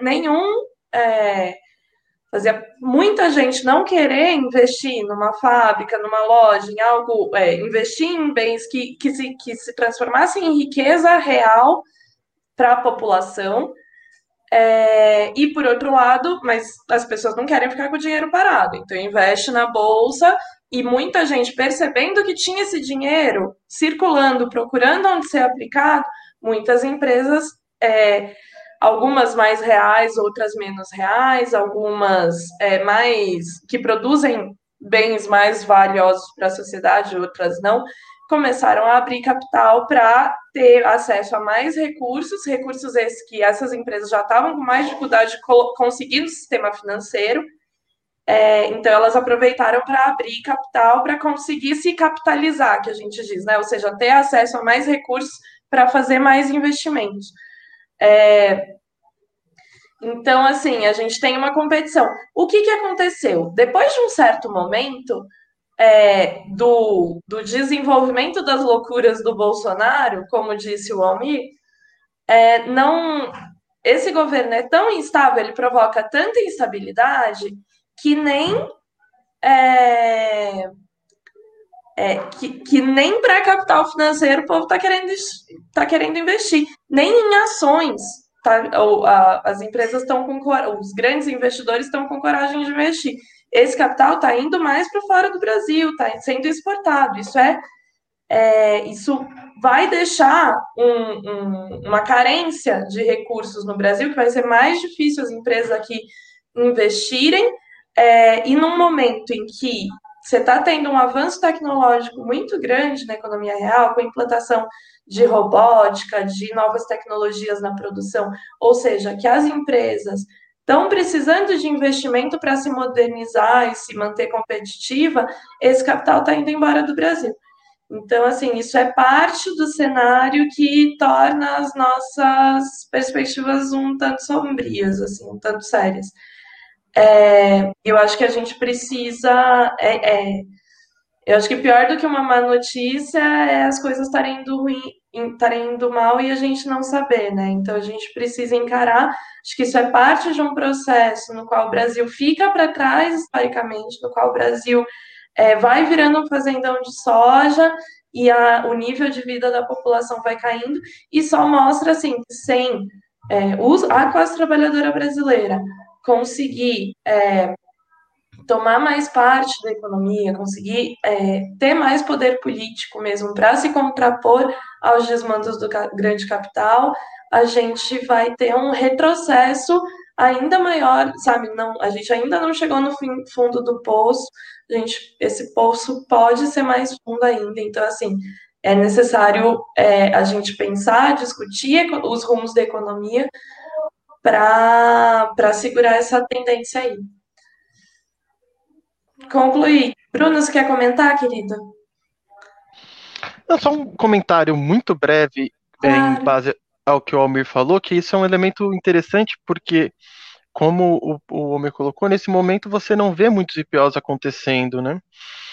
Speaker 4: muita gente não querer investir numa fábrica, numa loja, em algo, investir em bens que se transformassem em riqueza real para a população. E por outro lado, mas as pessoas não querem ficar com o dinheiro parado, então investe na bolsa, e muita gente percebendo que tinha esse dinheiro circulando, procurando onde ser aplicado, muitas empresas, algumas mais reais, outras menos reais, algumas mais que produzem bens mais valiosos para a sociedade, outras não, começaram a abrir capital para ter acesso a mais recursos esses que essas empresas já estavam com mais dificuldade de conseguir no sistema financeiro. Então, elas aproveitaram para abrir capital para conseguir se capitalizar, que a gente diz, né? Ou seja, ter acesso a mais recursos para fazer mais investimentos. Então, assim, a gente tem uma competição. O que aconteceu? Depois de um certo momento, do desenvolvimento das loucuras do Bolsonaro, como disse o Almir, esse governo é tão instável, ele provoca tanta instabilidade que nem que nem para capital financeiro o povo está querendo investir, nem em ações. As empresas estão os grandes investidores estão com coragem de investir. Esse capital está indo mais para fora do Brasil, está sendo exportado. Isso vai deixar uma carência de recursos no Brasil, que vai ser mais difícil as empresas aqui investirem. E num momento em que você está tendo um avanço tecnológico muito grande na economia real, com a implantação de robótica, de novas tecnologias na produção, ou seja, que as empresas estão precisando de investimento para se modernizar e se manter competitiva, esse capital está indo embora do Brasil. Então, assim, isso é parte do cenário que torna as nossas perspectivas um tanto sombrias, assim, um tanto sérias. Eu acho que a gente precisa. Eu acho que pior do que uma má notícia é as coisas estarem indo ruim, estarem indo mal e a gente não saber, né? Então a gente precisa encarar. Acho que isso é parte de um processo no qual o Brasil fica para trás historicamente, no qual o Brasil vai virando um fazendão de soja e o nível de vida da população vai caindo, e só mostra assim que sem a classe trabalhadora brasileira conseguir tomar mais parte da economia, conseguir ter mais poder político mesmo para se contrapor aos desmandos do grande capital, a gente vai ter um retrocesso ainda maior, sabe? Não, a gente ainda não chegou no fundo do poço, esse poço pode ser mais fundo ainda, então, assim, é necessário a gente pensar, discutir os rumos da economia para segurar essa tendência aí. Concluir. Bruno, você quer comentar, querido?
Speaker 3: Não, só um comentário muito breve em
Speaker 4: Claro.
Speaker 3: base ao que o Almir falou, que isso é um elemento interessante, porque, como o Almir colocou, nesse momento você não vê muitos IPOs acontecendo, né?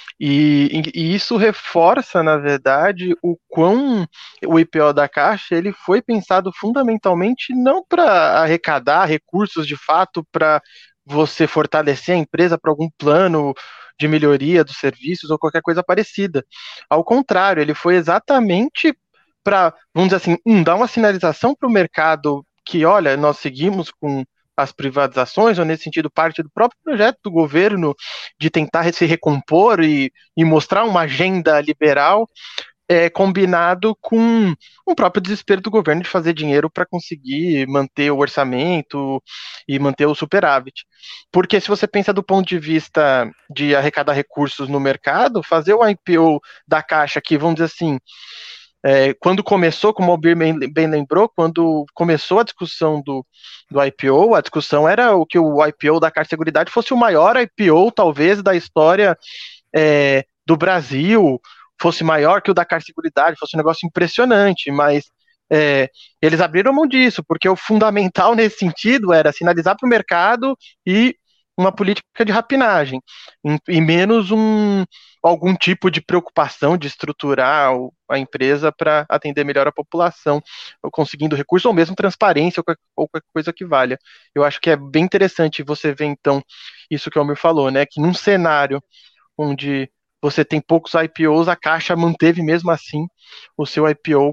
Speaker 3: E isso reforça, na verdade, o quão o IPO da Caixa ele foi pensado fundamentalmente não para arrecadar recursos de fato para você fortalecer a empresa para algum plano de melhoria dos serviços ou qualquer coisa parecida. Ao contrário, ele foi exatamente para, vamos dizer assim, dar uma sinalização para o mercado que, olha, nós seguimos com as privatizações, ou nesse sentido, parte do próprio projeto do governo de tentar se recompor e mostrar uma agenda liberal, combinado com o próprio desespero do governo de fazer dinheiro para conseguir manter o orçamento e manter o superávit. Porque se você pensa do ponto de vista de arrecadar recursos no mercado, fazer o IPO da Caixa, que vamos dizer assim, quando começou, como o Albir bem lembrou, quando começou a discussão do IPO, a discussão era o que o IPO da Caixa Seguridade fosse o maior IPO, talvez, da história do Brasil, fosse maior que o da Caixa Seguridade, fosse um negócio impressionante, mas eles abriram mão disso, porque o fundamental nesse sentido era sinalizar para o mercado e uma política de rapinagem, e menos algum tipo de preocupação de estruturar a empresa para atender melhor a população, ou conseguindo recursos, ou mesmo transparência, ou qualquer coisa que valha. Eu acho que é bem interessante você ver, então, isso que o Almir falou, né, que num cenário onde você tem poucos IPOs, a Caixa manteve mesmo assim o seu IPO,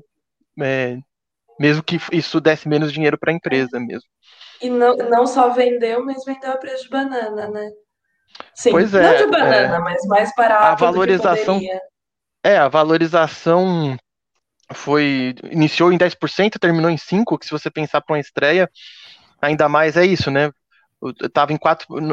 Speaker 3: mesmo que isso desse menos dinheiro para a empresa mesmo.
Speaker 4: E não só vendeu, mas vendeu a preço de banana, né? Sim,
Speaker 3: Pois
Speaker 4: não de banana, mas mais barato do que poderia.
Speaker 3: A valorização iniciou em 10%, terminou em 5%, que se você pensar para uma estreia, ainda mais é isso, né? Estava em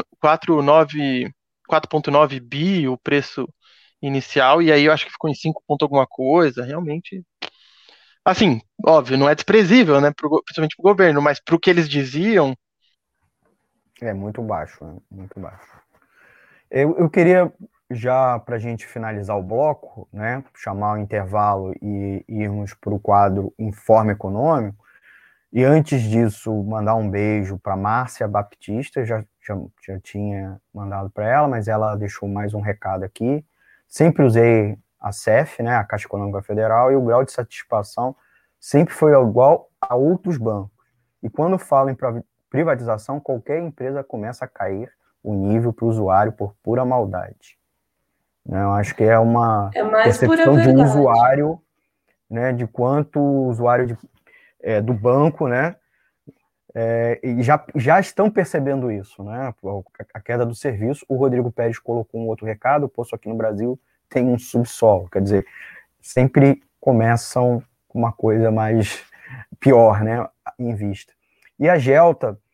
Speaker 3: 4,9 bi o preço inicial, e aí eu acho que ficou em 5 ponto alguma coisa, realmente. Assim, óbvio, não é desprezível, né? Principalmente para o governo, mas para o que eles diziam.
Speaker 2: É muito baixo, né? Muito baixo. Eu queria, já para a gente finalizar o bloco, né, chamar o intervalo e irmos para o quadro Informe Econômico. E antes disso, mandar um beijo para Márcia Baptista, já tinha mandado para ela, mas ela deixou mais um recado aqui. Sempre usei a CEF, né, a Caixa Econômica Federal, e o grau de satisfação sempre foi igual a outros bancos. E quando falo em privatização, qualquer empresa começa a cair o nível para o usuário por pura maldade. Né, eu acho que é uma percepção de um usuário, né, de quanto o usuário do banco, né, e já estão percebendo isso, né, a queda do serviço. O Rodrigo Pérez colocou um outro recado: o poço aqui no Brasil tem um subsolo, quer dizer, sempre começam com uma coisa mais pior, né, em vista. E a Gelta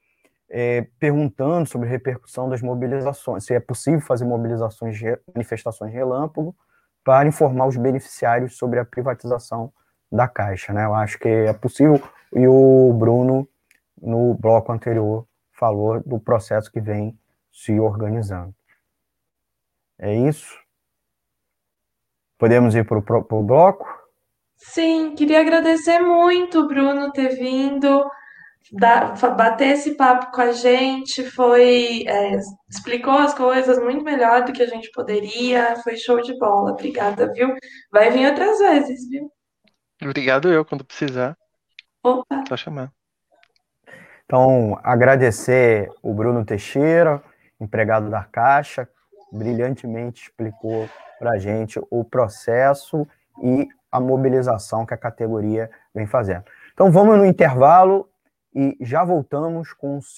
Speaker 2: perguntando sobre a repercussão das mobilizações, se é possível fazer manifestações relâmpago para informar os beneficiários sobre a privatização da Caixa, né? Eu acho que é possível, e o Bruno, no bloco anterior, falou do processo que vem se organizando. É isso? Podemos ir para o bloco?
Speaker 4: Sim, queria agradecer muito, Bruno, ter vindo, bater esse papo com a gente, explicou as coisas muito melhor do que a gente poderia, foi show de bola, obrigada, viu? Vai vir outras vezes, viu?
Speaker 3: Obrigado eu, quando precisar,
Speaker 4: Opa,
Speaker 3: só chamar.
Speaker 2: Então, agradecer o Bruno Teixeira, empregado da Caixa, brilhantemente explicou para a gente o processo e a mobilização que a categoria vem fazendo. Então, vamos no intervalo e já voltamos com o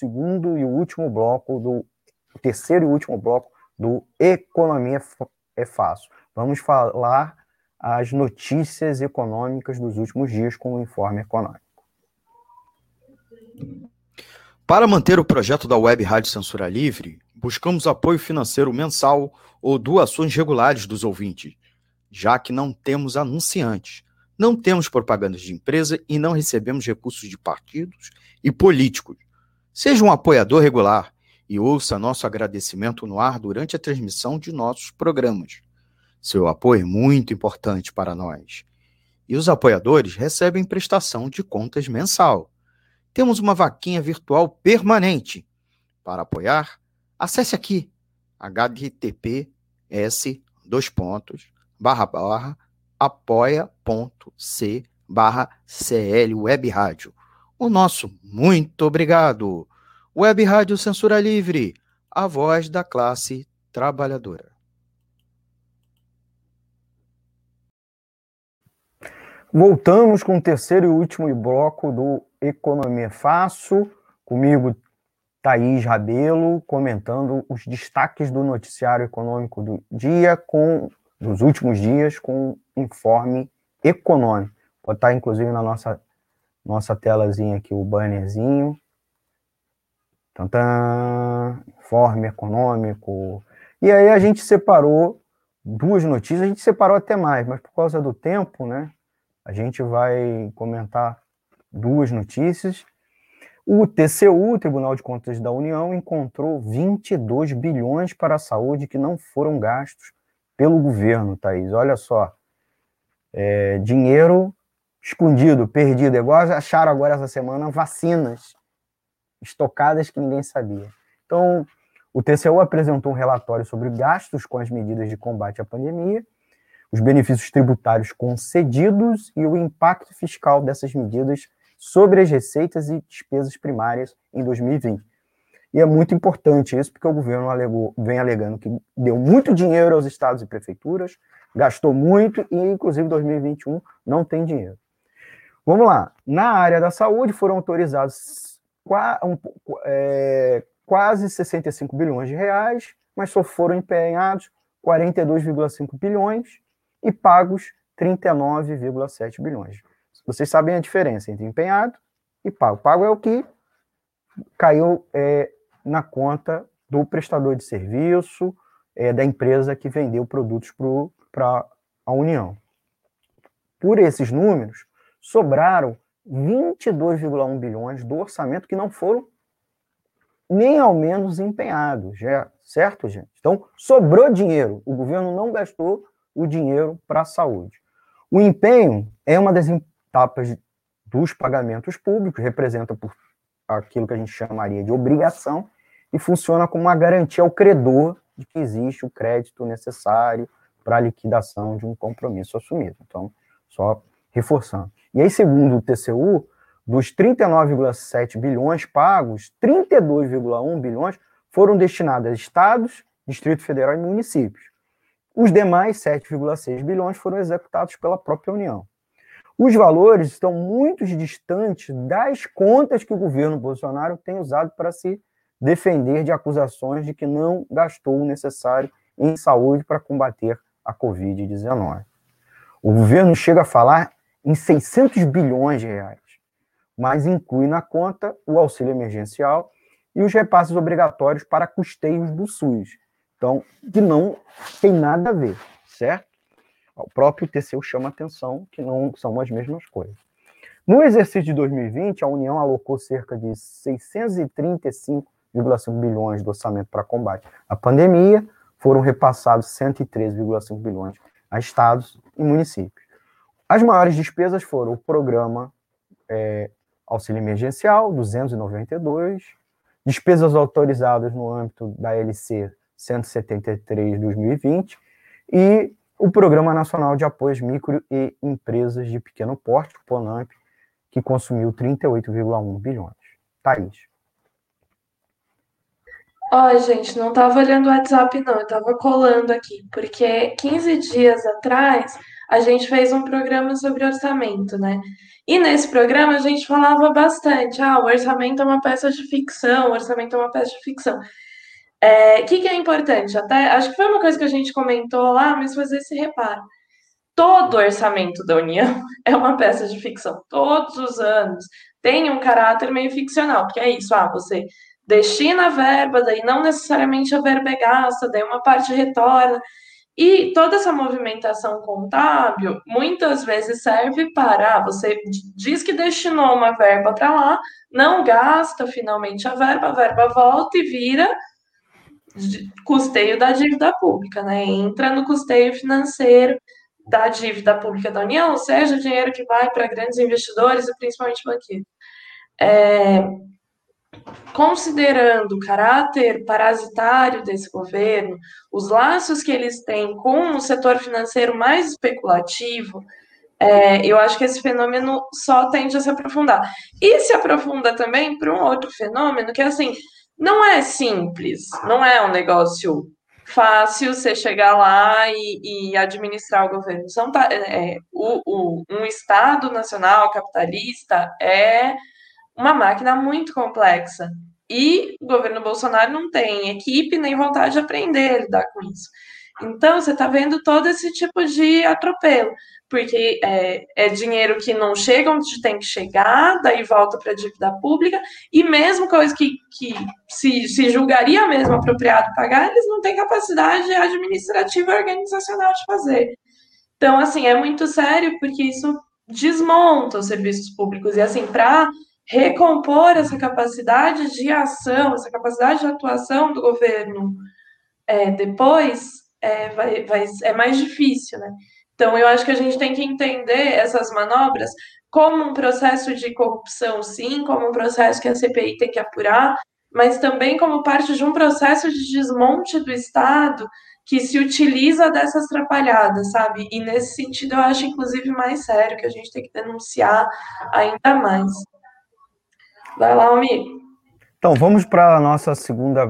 Speaker 2: terceiro e último bloco do Economia é Fácil. Vamos falar as notícias econômicas dos últimos dias com o Informe Econômico.
Speaker 5: Para manter o projeto da Web Rádio Censura Livre, buscamos apoio financeiro mensal ou doações regulares dos ouvintes, já que não temos anunciantes, não temos propagandas de empresa e não recebemos recursos de partidos e políticos. Seja um apoiador regular e ouça nosso agradecimento no ar durante a transmissão de nossos programas. Seu apoio é muito importante para nós. E os apoiadores recebem prestação de contas mensal. Temos uma vaquinha virtual permanente. Para apoiar, acesse aqui https://apoia.c/CL Web Rádio. O nosso muito obrigado. Web Rádio Censura Livre, a voz da classe trabalhadora.
Speaker 2: Voltamos com o terceiro e último bloco do Economia Fácil. Comigo, Thaís Rabelo, comentando os destaques do noticiário econômico do dia, dos últimos dias, com informe econômico. Vou botar, inclusive, na nossa telazinha aqui o bannerzinho. Tantã, informe econômico. E aí a gente separou duas notícias, a gente separou até mais, mas por causa do tempo, né? A gente vai comentar duas notícias. O TCU, o Tribunal de Contas da União, encontrou 22 bilhões para a saúde que não foram gastos pelo governo, Thaís. Olha só, dinheiro escondido, perdido. Igual acharam agora essa semana vacinas estocadas que ninguém sabia. Então, o TCU apresentou um relatório sobre gastos com as medidas de combate à pandemia, os benefícios tributários concedidos e o impacto fiscal dessas medidas sobre as receitas e despesas primárias em 2020. E é muito importante isso, porque o governo vem alegando que deu muito dinheiro aos estados e prefeituras, gastou muito e, inclusive, em 2021 não tem dinheiro. Vamos lá. Na área da saúde foram autorizados quase 65 bilhões de reais, mas só foram empenhados 42,5 bilhões e pagos 39,7 bilhões. Vocês sabem a diferença entre empenhado e pago. Pago é o que caiu na conta do prestador de serviço, da empresa que vendeu produtos para a União. Por esses números, sobraram 22,1 bilhões do orçamento que não foram nem ao menos empenhados, certo, gente? Então, sobrou dinheiro. O governo não gastou o dinheiro para a saúde. O empenho é uma das etapas dos pagamentos públicos, representa por aquilo que a gente chamaria de obrigação e funciona como uma garantia ao credor de que existe o crédito necessário para a liquidação de um compromisso assumido. Então, só reforçando. E aí, segundo o TCU, dos 39,7 bilhões pagos, 32,1 bilhões foram destinados a estados, Distrito Federal e municípios. Os demais 7,6 bilhões foram executados pela própria União. Os valores estão muito distantes das contas que o governo Bolsonaro tem usado para se defender de acusações de que não gastou o necessário em saúde para combater a Covid-19. O governo chega a falar em 600 bilhões de reais, mas inclui na conta o auxílio emergencial e os repasses obrigatórios para custeios do SUS. Então, que não tem nada a ver, certo? O próprio TCU chama atenção que não são as mesmas coisas. No exercício de 2020, a União alocou cerca de 635,5 bilhões do orçamento para combate à pandemia, foram repassados 113,5 bilhões a estados e municípios. As maiores despesas foram o programa auxílio emergencial, 292, despesas autorizadas no âmbito da LC 173 de 2020 e o Programa Nacional de Apoio às Micro e Empresas de Pequeno Porte, o PRONAMP, que consumiu 38,1 bilhões. Thaís.
Speaker 4: Gente, não estava olhando o WhatsApp, não, eu estava colando aqui, porque 15 dias atrás a gente fez um programa sobre orçamento, né? E nesse programa a gente falava bastante, o orçamento é uma peça de ficção, o orçamento é uma peça de ficção. O que é importante? Até acho que foi uma coisa que a gente comentou lá, mas fazer esse reparo. Todo orçamento da União é uma peça de ficção. Todos os anos tem um caráter meio ficcional, porque é isso, você destina a verba, daí não necessariamente a verba é gasta, daí uma parte retorna. E toda essa movimentação contábil muitas vezes serve para você diz que destinou uma verba para lá, não gasta finalmente a verba volta e vira custeio da dívida pública, né? Entra no custeio financeiro da dívida pública da União, ou seja, o dinheiro que vai para grandes investidores e principalmente banqueiros. Considerando o caráter parasitário desse governo, os laços que eles têm com o setor financeiro mais especulativo, eu acho que esse fenômeno só tende a se aprofundar. E se aprofunda também para um outro fenômeno que, assim, não é simples, não é um negócio fácil você chegar lá e administrar o governo. Um Estado nacional capitalista é uma máquina muito complexa. E o governo Bolsonaro não tem equipe nem vontade de aprender a lidar com isso. Então, você está vendo todo esse tipo de atropelo, porque é dinheiro que não chega onde tem que chegar, daí volta para a dívida pública, e mesmo coisa que se julgaria mesmo apropriado pagar, eles não têm capacidade administrativa e organizacional de fazer. Então, assim, é muito sério, porque isso desmonta os serviços públicos. E, assim, para recompor essa capacidade de ação, essa capacidade de atuação do governo depois, é mais difícil, né? Então, eu acho que a gente tem que entender essas manobras como um processo de corrupção, sim, como um processo que a CPI tem que apurar, mas também como parte de um processo de desmonte do Estado que se utiliza dessas atrapalhadas, sabe? E nesse sentido, eu acho, inclusive, mais sério, que a gente tem que denunciar ainda mais. Vai lá, amigo.
Speaker 2: Então, vamos para a nossa segunda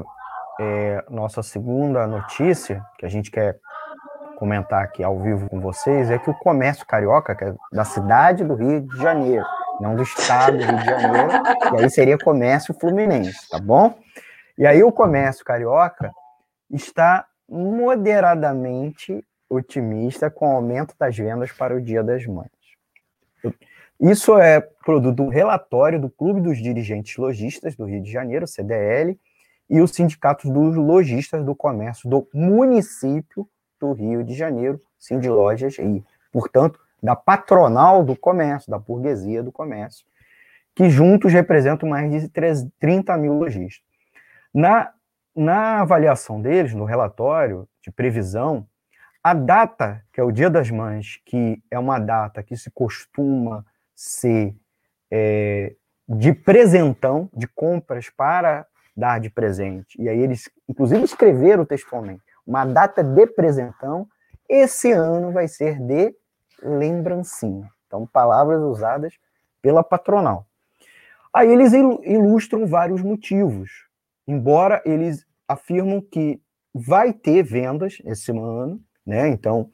Speaker 2: notícia, que a gente quer comentar aqui ao vivo com vocês, é que o comércio carioca, que é da cidade do Rio de Janeiro, não do estado do Rio de Janeiro, e aí seria comércio fluminense, tá bom? E aí o comércio carioca está moderadamente otimista com o aumento das vendas para o Dia das Mães. Isso é produto de um relatório do Clube dos Dirigentes Lojistas do Rio de Janeiro, CDL, e o Sindicato dos Lojistas do Comércio do município do Rio de Janeiro, Sindilojas, e, portanto, da patronal do comércio, da burguesia do comércio, que juntos representam mais de 30 mil lojistas. Na avaliação deles, no relatório de previsão, a data, que é o Dia das Mães, que é uma data que se costuma ser de presentão, de compras para dar de presente, e aí eles, inclusive, escreveram textualmente, uma data de presentão, esse ano vai ser de lembrancinha. Então, palavras usadas pela patronal. Aí eles ilustram vários motivos, embora eles afirmam que vai ter vendas esse ano, né? Então,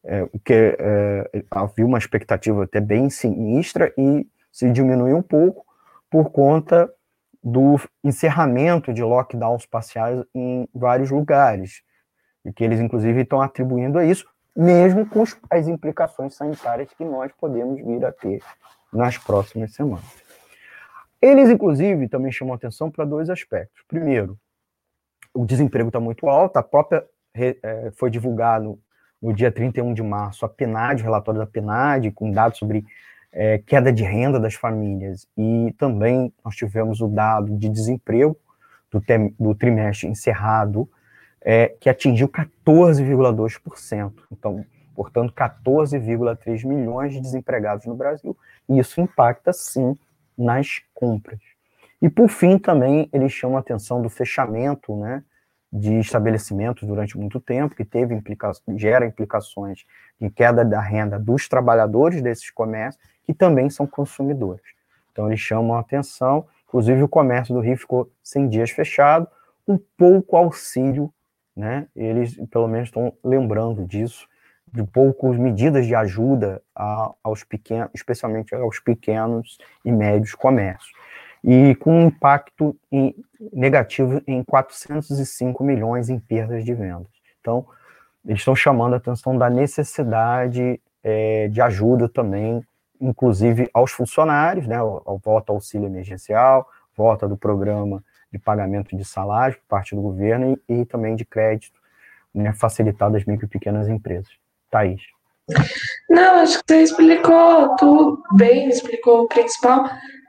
Speaker 2: havia uma expectativa até bem sinistra e se diminuiu um pouco por conta do encerramento de lockdowns parciais em vários lugares, e que eles, inclusive, estão atribuindo a isso, mesmo com as implicações sanitárias que nós podemos vir a ter nas próximas semanas. Eles, inclusive, também chamam atenção para dois aspectos. Primeiro, o desemprego está muito alto, foi divulgado no dia 31 de março a PNAD, o relatório da PNAD, com dados sobre queda de renda das famílias, e também nós tivemos o dado de desemprego do trimestre encerrado, que atingiu 14,2%. Então, portanto, 14,3 milhões de desempregados no Brasil, e isso impacta, sim, nas compras. E, por fim, também eles chamam a atenção do fechamento, né, de estabelecimentos durante muito tempo, que gera implicações em queda da renda dos trabalhadores desses comércios, que também são consumidores. Então, eles chamam a atenção, inclusive o comércio do Rio ficou 100 dias fechado, com pouco auxílio, né? Eles, pelo menos, estão lembrando disso, de poucas medidas de ajuda aos pequenos, especialmente aos pequenos e médios comércios, e com um impacto negativo em 405 milhões em perdas de vendas. Então, eles estão chamando a atenção da necessidade de ajuda também, inclusive aos funcionários, né, volta ao auxílio emergencial, volta do programa de pagamento de salário por parte do governo e também de crédito, né, facilitado às micro e pequenas empresas. Thaís.
Speaker 4: Não, acho que você explicou tudo bem, explicou o principal.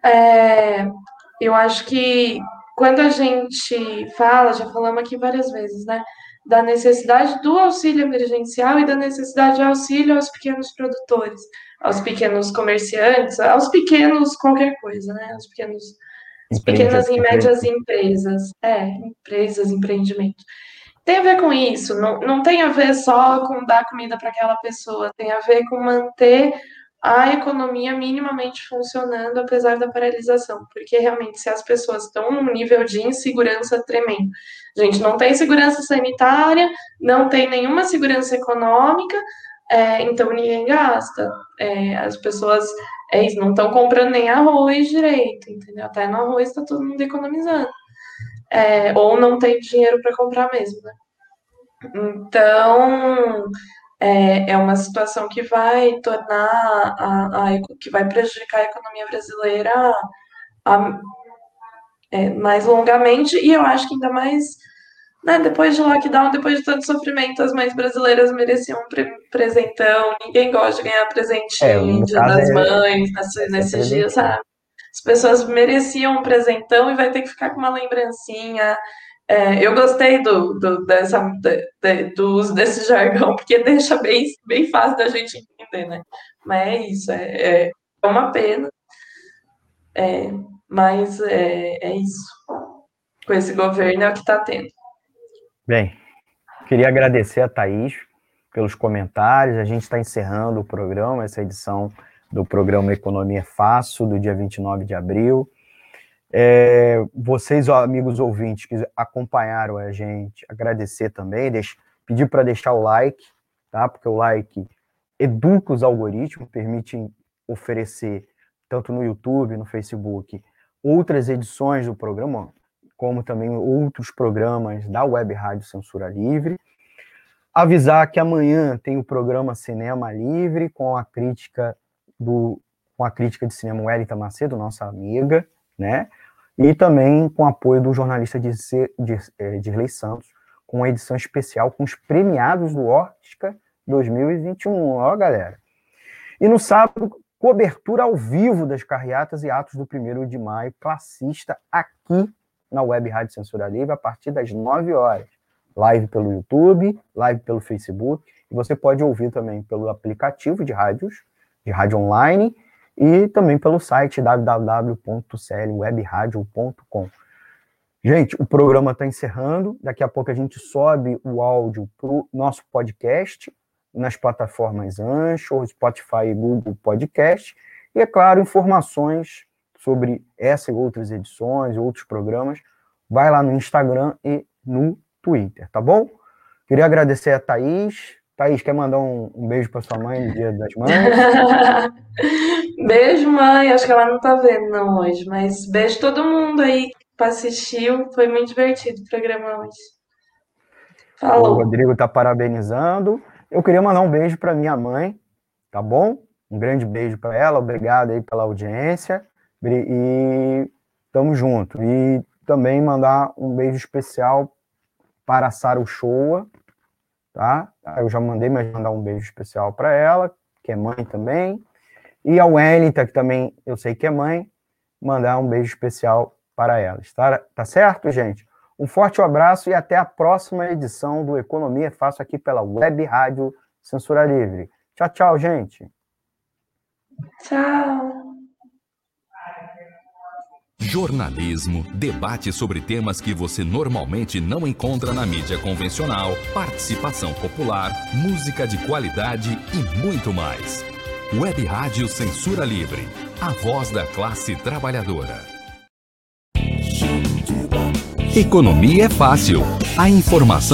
Speaker 4: Eu acho que quando a gente fala, já falamos aqui várias vezes, né, da necessidade do auxílio emergencial e da necessidade de auxílio aos pequenos produtores, aos pequenos comerciantes, aos pequenos qualquer coisa, né, as pequenas e médias empresas, empreendimentos. Tem a ver com isso, não tem a ver só com dar comida para aquela pessoa, tem a ver com manter a economia minimamente funcionando, apesar da paralisação, porque realmente se as pessoas estão num nível de insegurança tremendo, a gente não tem segurança sanitária, não tem nenhuma segurança econômica, então ninguém gasta, as pessoas não estão comprando nem arroz direito, entendeu? Até no arroz está todo mundo economizando, ou não tem dinheiro para comprar mesmo, né? Então, é uma situação que vai tornar, que vai prejudicar a economia brasileira mais longamente, e eu acho que ainda mais, né, depois de lockdown, depois de tanto sofrimento, as mães brasileiras mereciam um presentão, ninguém gosta de ganhar presentinho, Dia das Mães, nesses dias, sabe? As pessoas mereciam um presentão e vai ter que ficar com uma lembrancinha. Eu gostei do uso desse jargão, porque deixa bem fácil da gente entender, né? Mas é isso, é uma pena, mas é isso. Com esse governo é o que está tendo.
Speaker 2: Bem, queria agradecer a Thaís pelos comentários. A gente está encerrando o programa, essa edição do programa Economia é Fácil, do dia 29 de abril. Vocês, amigos ouvintes que acompanharam a gente, agradecer também, pedir para deixar o like, tá? Porque o like educa os algoritmos, permite oferecer, tanto no YouTube, no Facebook, outras edições do programa, como também outros programas da Web Rádio Censura Livre. Avisar que amanhã tem o programa Cinema Livre, com a crítica de cinema Wellington Macedo, nossa amiga, né? E também com apoio do jornalista Dirley Santos, com uma edição especial com os premiados do Oscar 2021, ó, galera. E no sábado, cobertura ao vivo das carreatas e atos do 1º de maio, classista, aqui na Web Rádio Censura Livre, a partir das 9 horas. Live pelo YouTube, live pelo Facebook, e você pode ouvir também pelo aplicativo de rádio online, e também pelo site www.clwebradio.com. Gente, o programa está encerrando, daqui a pouco a gente sobe o áudio para o nosso podcast, nas plataformas Anchor, Spotify e Google Podcast, e, é claro, informações sobre essa e outras edições, outros programas, vai lá no Instagram e no Twitter, tá bom? Queria agradecer a Thaís. Thaís, quer mandar um beijo para sua mãe no Dia das Mães?
Speaker 4: Beijo, mãe. Acho que ela não tá vendo não hoje, mas beijo todo mundo aí que assistiu. Foi muito divertido o programa hoje. Falou.
Speaker 2: O Rodrigo tá parabenizando. Eu queria mandar um beijo para minha mãe, tá bom? Um grande beijo para ela. Obrigado aí pela audiência. E Tamo junto. E também mandar um beijo especial para a Sara Uchoa, tá? Eu já mandei, mas mandar um beijo especial para ela, que é mãe também. E a Wellington, que também eu sei que é mãe, mandar um beijo especial para elas. Tá certo, gente? Um forte abraço e até a próxima edição do Economia é Fácil aqui pela Web Rádio Censura Livre. Tchau, tchau, gente.
Speaker 4: Tchau.
Speaker 1: Jornalismo, debate sobre temas que você normalmente não encontra na mídia convencional, participação popular, música de qualidade e muito mais. Web Rádio Censura Livre, a voz da classe trabalhadora. Economia é fácil. A informação